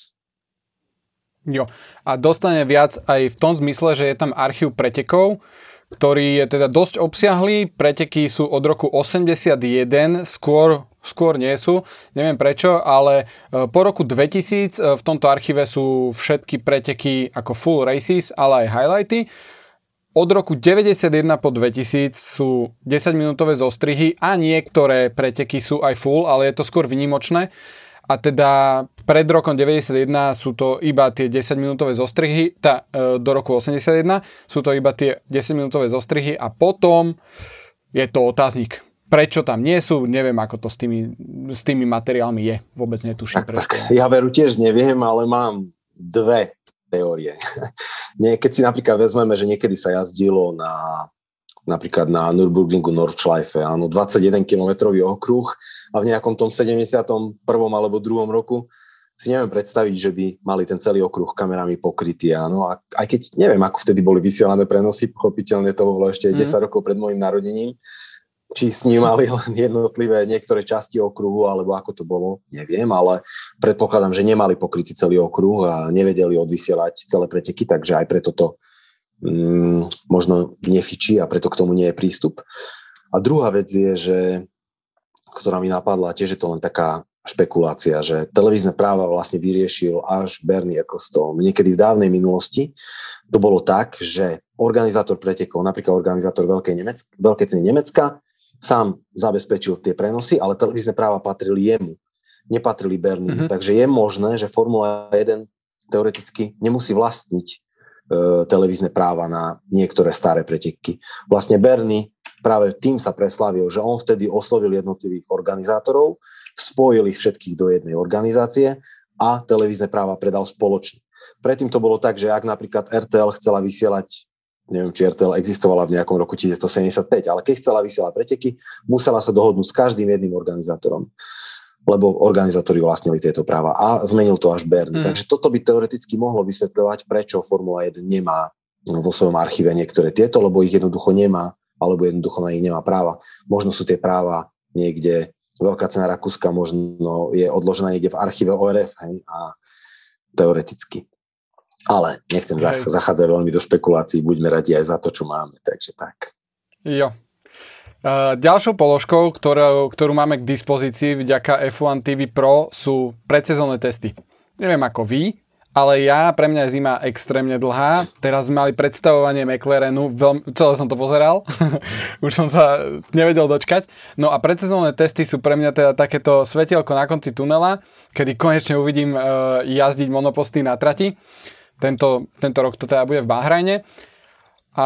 Jo. A dostane viac aj v tom zmysle, že je tam archív pretekov, ktorý je teda dosť obsiahlý. Preteky sú od roku osemdesiatjeden, skôr, skôr nie sú, neviem prečo, ale po roku dvetisíc v tomto archíve sú všetky preteky ako full races, ale aj highlighty. Od roku deväťdesiatjeden po dvetisíc sú desaťminútové zostrihy a niektoré preteky sú aj full, ale je to skôr výnimočné. A teda pred rokom deväťdesiatjeden sú to iba tie desaťminútové zostrihy, tá, e, do roku osemdesiatjeden sú to iba tie desaťminútové zostrihy a potom je to otáznik. Prečo tam nie sú, neviem, ako to s tými, s tými materiálmi je. Vôbec netuším. Tak, tak, ja veru tiež neviem, ale mám dve teórie. Nie, keď si napríklad vezmeme, že niekedy sa jazdilo na napríklad na Nürburgringu Nordschleife, áno, dvadsaťjeden kilometrový okruh a v nejakom tom sedemdesiatom prvom alebo druhom roku si neviem predstaviť, že by mali ten celý okruh kamerami pokrytý, áno, a aj keď neviem, ako vtedy boli vysielané prenosy, pochopiteľne to bolo ešte mm. desať rokov pred môjim narodením, či snímali len jednotlivé niektoré časti okruhu, alebo ako to bolo, neviem, ale predpokladám, že nemali pokrytý celý okruh a nevedeli odvysielať celé preteky, takže aj preto to Mm, možno nefičí a preto k tomu nie je prístup. A druhá vec je, že, ktorá mi napadla, tiež je to len taká špekulácia, že televízne práva vlastne vyriešil až Bernie Ecclestone. Niekedy v dávnej minulosti to bolo tak, že organizátor pretekov, napríklad organizátor Veľkej, Nemeck- Veľkej ceny Nemecka, sám zabezpečil tie prenosy, ale televízne práva patrili jemu, nepatrili Bernie. Mm-hmm. Takže je možné, že Formula jeden teoreticky nemusí vlastniť televízne práva na niektoré staré preteky. Vlastne Bernie práve tým sa preslávil, že on vtedy oslovil jednotlivých organizátorov, spojil ich všetkých do jednej organizácie a televízne práva predal spoločne. Predtým to bolo tak, že ak napríklad er té el chcela vysielať, neviem, či er té el existovala v nejakom roku devätnásťstosedemdesiatpäť, ale keď chcela vysielať preteky, musela sa dohodnúť s každým jedným organizátorom, lebo organizátori vlastnili tieto práva a zmenil to až Bernie. Mm. Takže toto by teoreticky mohlo vysvetľovať, prečo Formula jeden nemá vo svojom archíve niektoré tieto, lebo ich jednoducho nemá, alebo jednoducho na nich nemá práva. Možno sú tie práva niekde, Veľká cena Rakúska možno je odložená niekde v archíve ó er ef, hej, a teoreticky. Ale nechcem hej. zachádzať veľmi do špekulácií, buďme radi aj za to, čo máme, takže tak. Jo. Uh, ďalšou položkou, ktorú, ktorú máme k dispozícii vďaka ef jeden té vé Pro sú predsezónne testy. Neviem ako vy, ale ja, pre mňa je zima extrémne dlhá. Teraz sme mali predstavovanie McLarenu, veľmi, celé som to pozeral, už som sa nevedel dočkať. No a predsezónne testy sú pre mňa teda takéto svetielko na konci tunela, kedy konečne uvidím uh, jazdiť monoposty na trati. Tento, tento rok to teda bude v Bahrajne. A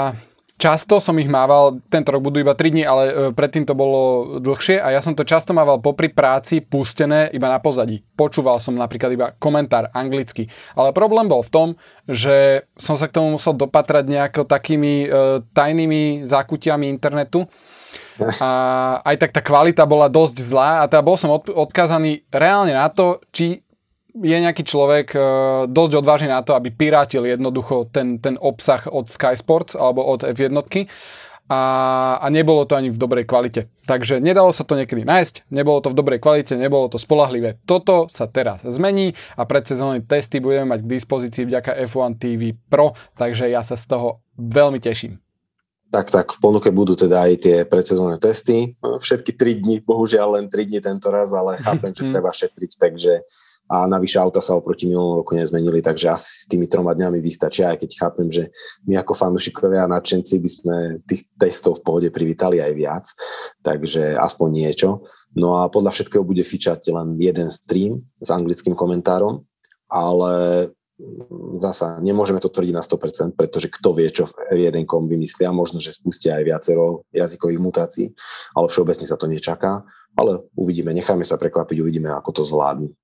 často som ich mával, tento rok budú iba tri dni, ale predtým to bolo dlhšie a ja som to často mával popri práci pustené iba na pozadí. Počúval som napríklad iba komentár anglicky. Ale problém bol v tom, že som sa k tomu musel dopatrať nejako takými e, tajnými zákutiami internetu. A aj tak tá kvalita bola dosť zlá a teda bol som od, odkázaný reálne na to, či je nejaký človek uh, dosť odvážny na to, aby pirátil jednoducho ten, ten obsah od Sky Sports alebo od ef jeden a, a nebolo to ani v dobrej kvalite. Takže nedalo sa to niekedy nájsť, nebolo to v dobrej kvalite, nebolo to spoľahlivé. Toto sa teraz zmení a predsezónne testy budeme mať k dispozícii vďaka ef jeden té vé Pro, takže ja sa z toho veľmi teším. Tak, tak, v ponuke budú teda aj tie predsezónne testy. Všetky tri dni, bohužiaľ len tri dni tento raz, ale chápem, že treba šetriť, takže a navyše auta sa oproti minulom roku nezmenili, takže asi s tými troma dňami vystačia, aj keď chápem, že my ako fanúšikovia a nadšenci by sme tých testov v pohode privítali aj viac, takže aspoň niečo. No a podľa všetkého bude fičať len jeden stream s anglickým komentárom, ale zasa nemôžeme to tvrdiť na sto percent, pretože kto vie, čo v jeden kom vymyslia, možno, že spustia aj viacero jazykových mutácií, ale všeobecne sa to nečaká, ale uvidíme, necháme sa prekvapiť, uvidíme, ako to zvládnu.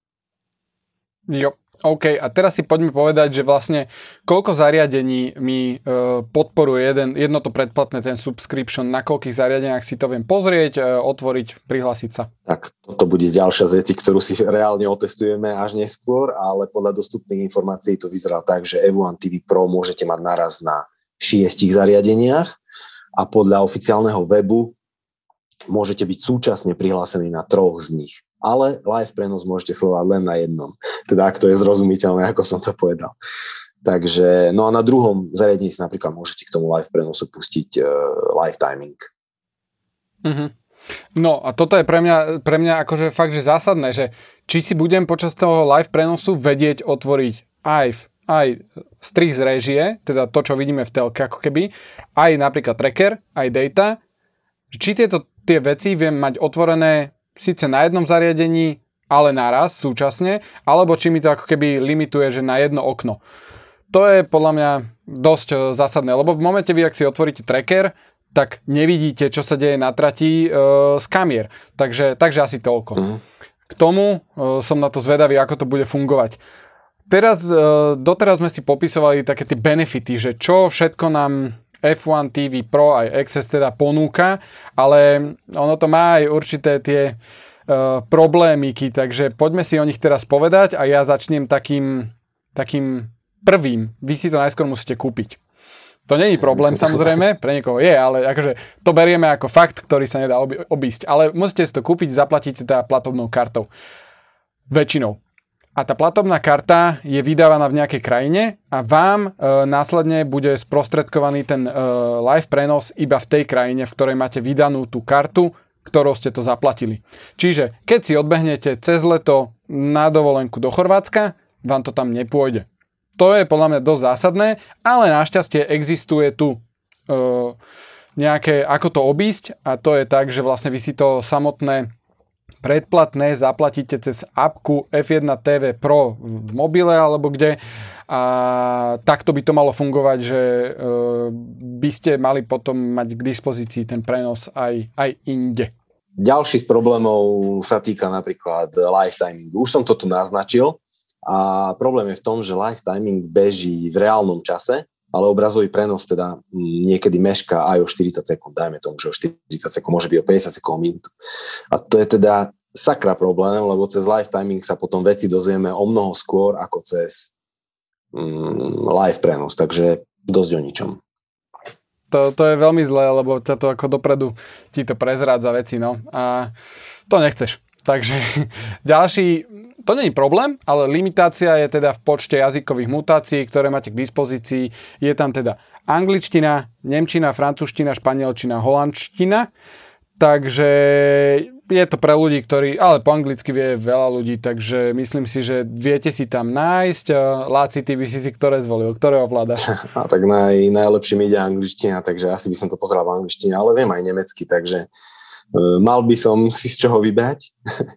Jo, OK, a teraz si poďme povedať, že vlastne koľko zariadení mi e, podporuje jeden, jedno to predplatné, ten subscription, na koľkých zariadeniach si to viem pozrieť, e, otvoriť, prihlásiť sa. Tak, toto bude ďalšia z vecí, ktorú si reálne otestujeme až neskôr, ale podľa dostupných informácií to vyzerá tak, že ef jeden té vé Pro môžete mať naraz na šiestich zariadeniach a podľa oficiálneho webu môžete byť súčasne prihlásení na troch z nich. Ale live prenos môžete sledovať len na jednom. Teda ak to je zrozumiteľné, ako som to povedal. Takže, no a na druhom zariadení si napríklad môžete k tomu live prenosu pustiť uh, live timing. Mm-hmm. No a toto je pre mňa, pre mňa akože fakt, že zásadné, že či si budem počas toho live prenosu vedieť otvoriť aj, aj strih z réžie, teda to, čo vidíme v telke ako keby, aj napríklad tracker, aj data, či tieto tie veci viem mať otvorené síce na jednom zariadení, ale naraz, súčasne, alebo či mi to ako keby limituje, že na jedno okno. To je podľa mňa dosť zásadné, lebo v momente, vy, ak si otvoríte tracker, tak nevidíte, čo sa deje na trati e, z kamier. Takže, takže asi toľko. Mm. K tomu e, som na to zvedavý, ako to bude fungovať. Teraz, e, doteraz sme si popisovali také tie benefity, že čo všetko nám ef jeden té vé Pro aj Access teda ponúka, ale ono to má aj určité tie uh, problémiky, takže poďme si o nich teraz povedať a ja začnem takým, takým prvým. Vy si to najskôr musíte kúpiť. To nie je problém, samozrejme, pre niekoho je, ale akože to berieme ako fakt, ktorý sa nedá obi- obísť. Ale musíte si to kúpiť, zaplatíte teda platobnou kartou. Väčšinou. A tá platobná karta je vydávaná v nejakej krajine a vám e, následne bude sprostredkovaný ten e, live prenos iba v tej krajine, v ktorej máte vydanú tú kartu, ktorou ste to zaplatili. Čiže keď si odbehnete cez leto na dovolenku do Chorvátska, vám to tam nepôjde. To je podľa mňa dosť zásadné, ale našťastie existuje tu e, nejaké, ako to obísť a to je tak, že vlastne vy si to samotné predplatné zaplatíte cez apku ef jeden té vé Pro v mobile alebo kde a takto by to malo fungovať, že e, by ste mali potom mať k dispozícii ten prenos aj, aj inde. Ďalší z problémov sa týka napríklad live timingu. Už som to tu naznačil a problém je v tom, že live timing beží v reálnom čase, ale obrazový prenos teda niekedy mešká aj o štyridsať sekúnd, dajme tomu, že o štyridsať sekúnd, môže byť o päťdesiat sekúnd minútu. A to je teda sakra problém, lebo cez live timing sa potom veci dozvieme o mnoho skôr ako cez mm, live prenos, takže dosť o ničom. To, to je veľmi zlé, lebo ťa to ako dopredu ti to prezrádza veci, no a to nechceš. Takže ďalší, to nie je problém, ale limitácia je teda v počte jazykových mutácií, ktoré máte k dispozícii. Je tam teda angličtina, nemčina, francúzština, španielčina, holandština. Takže je to pre ľudí, ktorí, ale po anglicky vie veľa ľudí, takže myslím si, že viete si tam nájsť. Láci, ty by si si ktoré zvolil, ktoré ovládaš? A tak naj, najlepšie mi ide angličtina, takže asi by som to pozeral v angličtine, ale viem aj nemecky, takže mal by som si z čoho vybrať,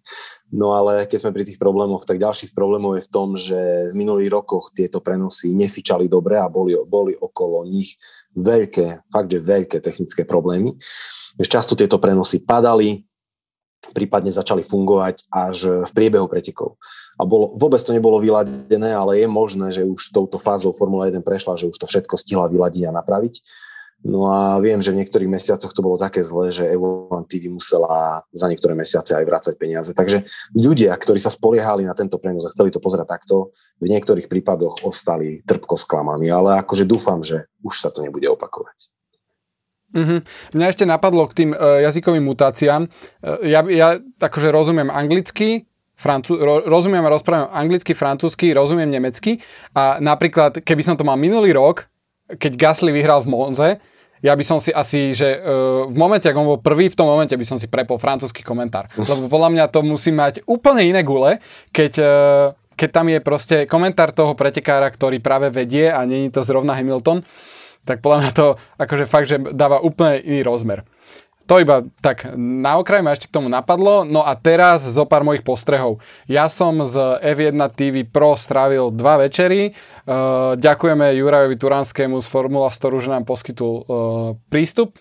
no ale keď sme pri tých problémoch, tak ďalší z problémov je v tom, že v minulých rokoch tieto prenosy nefičali dobre a boli, boli okolo nich veľké, fakt, že veľké technické problémy. Často tieto prenosy padali, prípadne začali fungovať až v priebehu pretekov. A bolo, vôbec to nebolo vyladené, ale je možné, že už touto fázou Formula jeden prešla, že už to všetko stihla vyladiť a napraviť. No a viem, že v niektorých mesiacoch to bolo také zlé, že ef jeden té vé musela za niektoré mesiace aj vrácať peniaze. Takže ľudia, ktorí sa spoliehali na tento prenos a chceli to pozerať takto, v niektorých prípadoch ostali trpko sklamaní, ale akože dúfam, že už sa to nebude opakovať. Mm-hmm. Mňa ešte napadlo k tým uh, jazykovým mutáciám. Uh, ja, ja akože rozumiem anglicky, Francú, ro, rozumiem a rozprávam anglicky, francúzsky, rozumiem nemecky a napríklad, keby som to mal minulý rok, keď Gasly vyhral v Monze, ja by som si asi, že uh, v momente, ak on bol prvý, v tom momente by som si prepol francúzsky komentár. Lebo podľa mňa to musí mať úplne iné gule, keď, uh, keď tam je proste komentár toho pretekára, ktorý práve vedie a nie je to zrovna Hamilton, tak podľa mňa to akože fakt, že dáva úplne iný rozmer. To iba tak na okraj ma ešte k tomu napadlo. No a teraz zo pár mojich postrehov. Ja som z ef jeden té vé Pro strávil dva večery. Uh, ďakujeme Jurajovi Turanskému z Formula Store, že nám poskytol uh, prístup.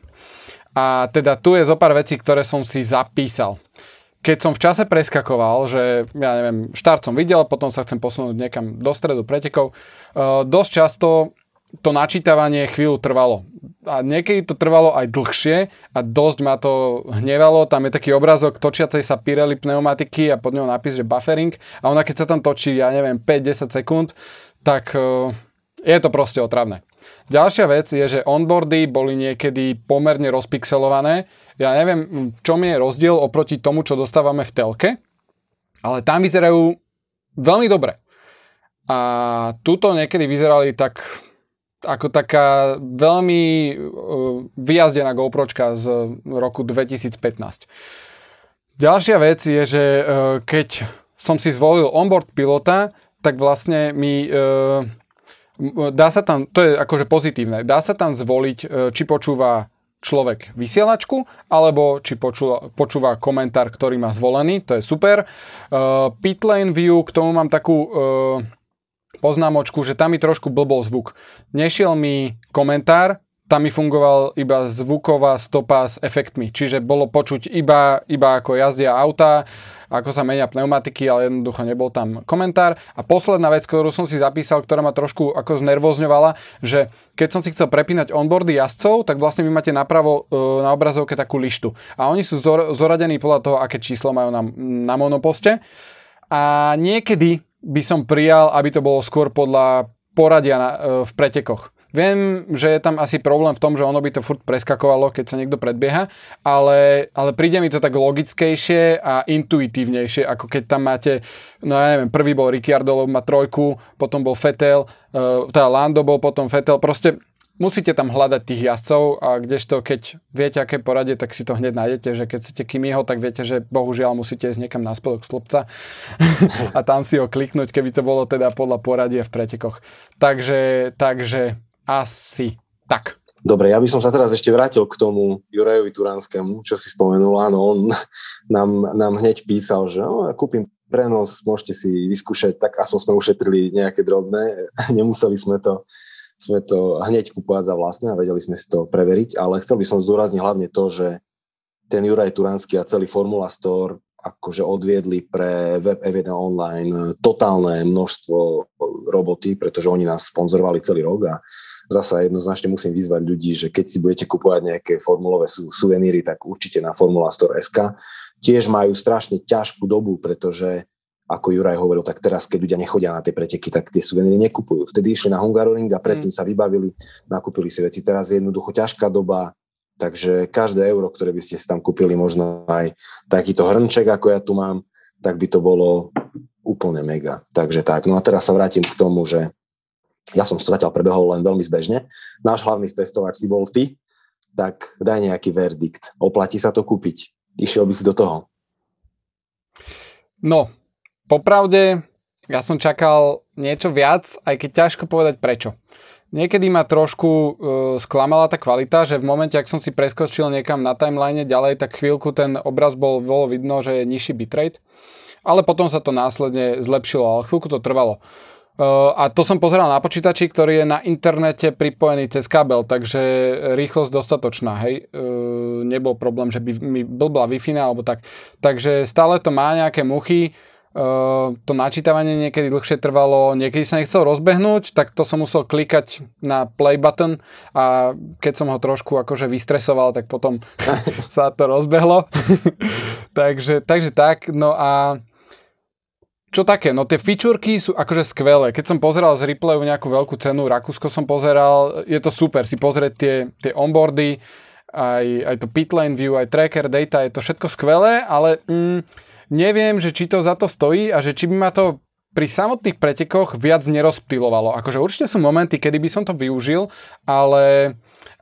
A teda tu je zo pár vecí, ktoré som si zapísal. Keď som v čase preskakoval, že ja neviem, štart som videl, potom sa chcem posunúť niekam do stredu pretekov, uh, dosť často to načítavanie chvíľu trvalo. A niekedy to trvalo aj dlhšie a dosť ma to hnevalo. Tam je taký obrázok točiacej sa Pirelli pneumatiky a pod ňou nápis, že buffering. A ona keď sa tam točí, ja neviem, päť až desať sekúnd, tak uh, je to proste otravné. Ďalšia vec je, že onboardy boli niekedy pomerne rozpixelované. Ja neviem, v čom je rozdiel oproti tomu, čo dostávame v telke, ale tam vyzerajú veľmi dobre. A tuto niekedy vyzerali tak ako taká veľmi uh, vyjazdená GoPročka z roku dvetisícpätnásť. Ďalšia vec je, že uh, keď som si zvolil onboard pilota, tak vlastne mi uh, dá sa tam, to je akože pozitívne, dá sa tam zvoliť, uh, či počúva človek vysielačku, alebo či počúva, počúva komentár, ktorý má zvolený, to je super. Uh, Pitlane View, k tomu mám takú uh, poznámočku, že tam mi trošku blbol zvuk. Nešiel mi komentár, tam mi fungoval iba zvuková stopa s efektmi, čiže bolo počuť iba, iba ako jazdia auta, ako sa menia pneumatiky, ale jednoducho nebol tam komentár. A posledná vec, ktorú som si zapísal, ktorá ma trošku ako znervozňovala, že keď som si chcel prepínať onboardy jazdcov, tak vlastne vy máte napravo na obrazovke takú lištu. A oni sú zoradení podľa toho, aké číslo majú na, na monoposte. A niekedy by som prijal, aby to bolo skôr podľa poradia na, v pretekoch. Viem, že je tam asi problém v tom, že ono by to furt preskakovalo, keď sa niekto predbieha, ale, ale príde mi to tak logickejšie a intuitívnejšie, ako keď tam máte, no ja neviem, prvý bol Ricciardo, má trojku, potom bol Vettel, teda Lando bol potom Vettel, proste musíte tam hľadať tých jazdcov a kdežto keď viete, aké poradie, tak si to hneď nájdete, že keď chcete Kimiho, tak viete, že bohužiaľ musíte ísť niekam na spodok slupca a tam si ho kliknúť, keby to bolo teda podľa poradia v pretekoch. Takže, takže asi tak. Dobre, ja by som sa teraz ešte vrátil k tomu Jurajovi Turanskému, čo si spomenul. Áno, on nám, nám hneď písal, že no, ja kúpim prenos, môžete si vyskúšať, tak aspoň sme ušetrili nejaké drobné, nemuseli sme to sme to hneď kupovať za vlastné a vedeli sme si to preveriť, ale chcel by som zdôrazniť hlavne to, že ten Juraj Turanský a celý Formula Store akože odviedli pre web ef jeden online totálne množstvo roboty, pretože oni nás sponzorovali celý rok a zasa jednoznačne musím vyzvať ľudí, že keď si budete kupovať nejaké formulové sú, suveníry, tak určite na Formula Store bodka es ká. Tiež majú strašne ťažkú dobu, pretože ako Juraj hovoril, tak teraz, keď ľudia nechodia na tie preteky, tak tie suveníry nekupujú. Vtedy išli na Hungaroring a predtým sa vybavili, nakúpili si veci. Teraz je jednoducho ťažká doba, takže každé euro, ktoré by ste si tam kúpili, možno aj takýto hrnček, ako ja tu mám, tak by to bolo úplne mega. Takže tak. No a teraz sa vrátim k tomu, že ja som to zatiaľ prebehol len veľmi zbežne. Náš hlavný testovač si bol ty, tak daj nejaký verdikt. Oplatí sa to kúpiť? Išiel by si do toho? No, popravde, ja som čakal niečo viac, aj keď ťažko povedať prečo. Niekedy ma trošku uh, sklamala tá kvalita, že v momente, ak som si preskočil niekam na timeline ďalej, tak chvíľku ten obraz bol, bolo vidno, že je nižší bitrate, ale potom sa to následne zlepšilo, ale chvíľku to trvalo. Uh, a to som pozeral na počítači, ktorý je na internete pripojený cez kábel, takže rýchlosť dostatočná, hej. Uh, nebol problém, že by mi blbla Wi-Fi alebo tak. Takže stále to má nejaké muchy. Uh, to načítavanie niekedy dlhšie trvalo, niekedy sa nechcel rozbehnúť, tak to som musel klikať na play button a keď som ho trošku akože vystresoval, tak potom sa to rozbehlo. takže, takže tak, no a čo také, no tie featureky sú akože skvelé. Keď som pozeral z replayu nejakú veľkú cenu, Rakúsko som pozeral, je to super si pozrieť tie, tie onboardy, aj, aj to pitlane view, aj tracker data, je to všetko skvelé, ale mm, neviem, že či to za to stojí a že či by ma to pri samotných pretekoch viac nerozptylovalo. Akože určite sú momenty, kedy by som to využil, ale,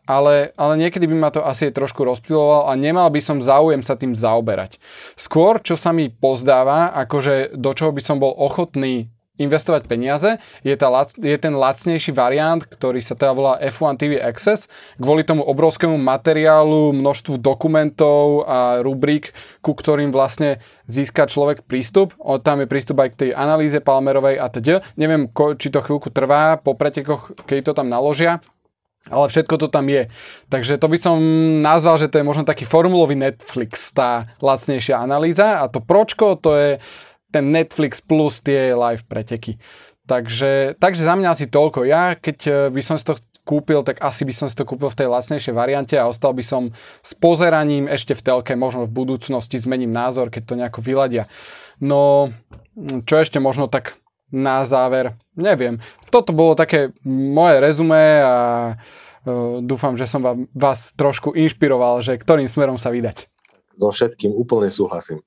ale, ale niekedy by ma to asi trošku rozptyloval a nemal by som záujem sa tým zaoberať. Skôr, čo sa mi pozdáva, akože do čoho by som bol ochotný investovať peniaze, je, tá, je ten lacnejší variant, ktorý sa teda volá ef jeden té vé Access, kvôli tomu obrovskému materiálu, množstvu dokumentov a rubrík, ku ktorým vlastne získa človek prístup. O, tam je prístup aj k tej analýze Palmerovej a teda. Neviem, ko, či to chvíľku trvá po pretekoch, keď to tam naložia, ale všetko to tam je. Takže to by som nazval, že to je možno taký formulový Netflix, tá lacnejšia analýza, a to pročko, to je ten Netflix plus tie live preteky. Takže, takže za mňa asi toľko. Ja, keď by som si to kúpil, tak asi by som si to kúpil v tej lacnejšej variante a ostal by som s pozeraním ešte v telke, možno v budúcnosti zmením názor, keď to nejako vyladia. No, čo ešte možno tak na záver, neviem. Toto bolo také moje rezumé a uh, dúfam, že som vás trošku inšpiroval, že ktorým smerom sa vydať. So všetkým úplne súhlasím.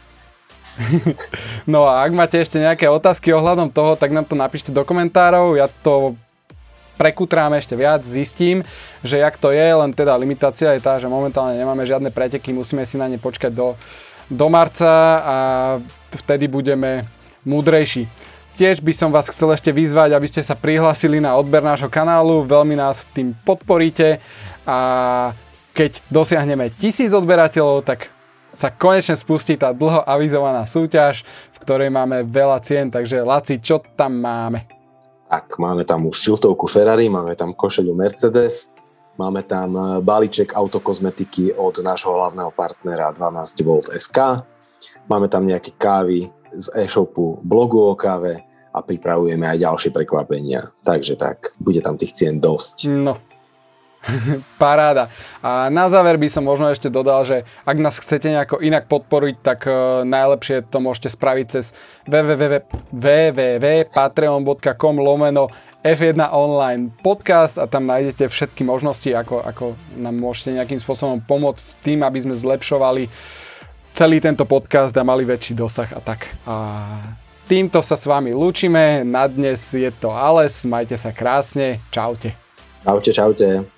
No a ak máte ešte nejaké otázky ohľadom toho, tak nám to napíšte do komentárov, ja to prekutrám ešte viac, zistím, že jak to je, len teda limitácia je tá, že momentálne nemáme žiadne preteky, musíme si na ne počkať do, do marca a vtedy budeme múdrejší. Tiež by som vás chcel ešte vyzvať, aby ste sa prihlásili na odber nášho kanálu, veľmi nás tým podporíte a keď dosiahneme tisíc odberateľov, tak sa konečne spustí tá dlho avizovaná súťaž, v ktorej máme veľa cien, takže Laci, čo tam máme? Tak, máme tam už šiltovku Ferrari, máme tam košeľu Mercedes, máme tam balíček autokozmetiky od nášho hlavného partnera dvanásť volt bodka es ká, máme tam nejaké kávy z e-shopu blogu o káve a pripravujeme aj ďalšie prekvapenia. Takže tak, bude tam tých cien dosť. No. Paráda. A na záver by som možno ešte dodal, že ak nás chcete nejako inak podporiť, tak uh, najlepšie to môžete spraviť cez www bodka patreon bodka com lomeno ef jeden online podcast a tam nájdete všetky možnosti, ako, ako nám môžete nejakým spôsobom pomôcť s tým, aby sme zlepšovali celý tento podcast a mali väčší dosah a tak. A týmto sa s vami lúčime. Na dnes je to Ales. Majte sa krásne. Čaute. Čaute, čaute.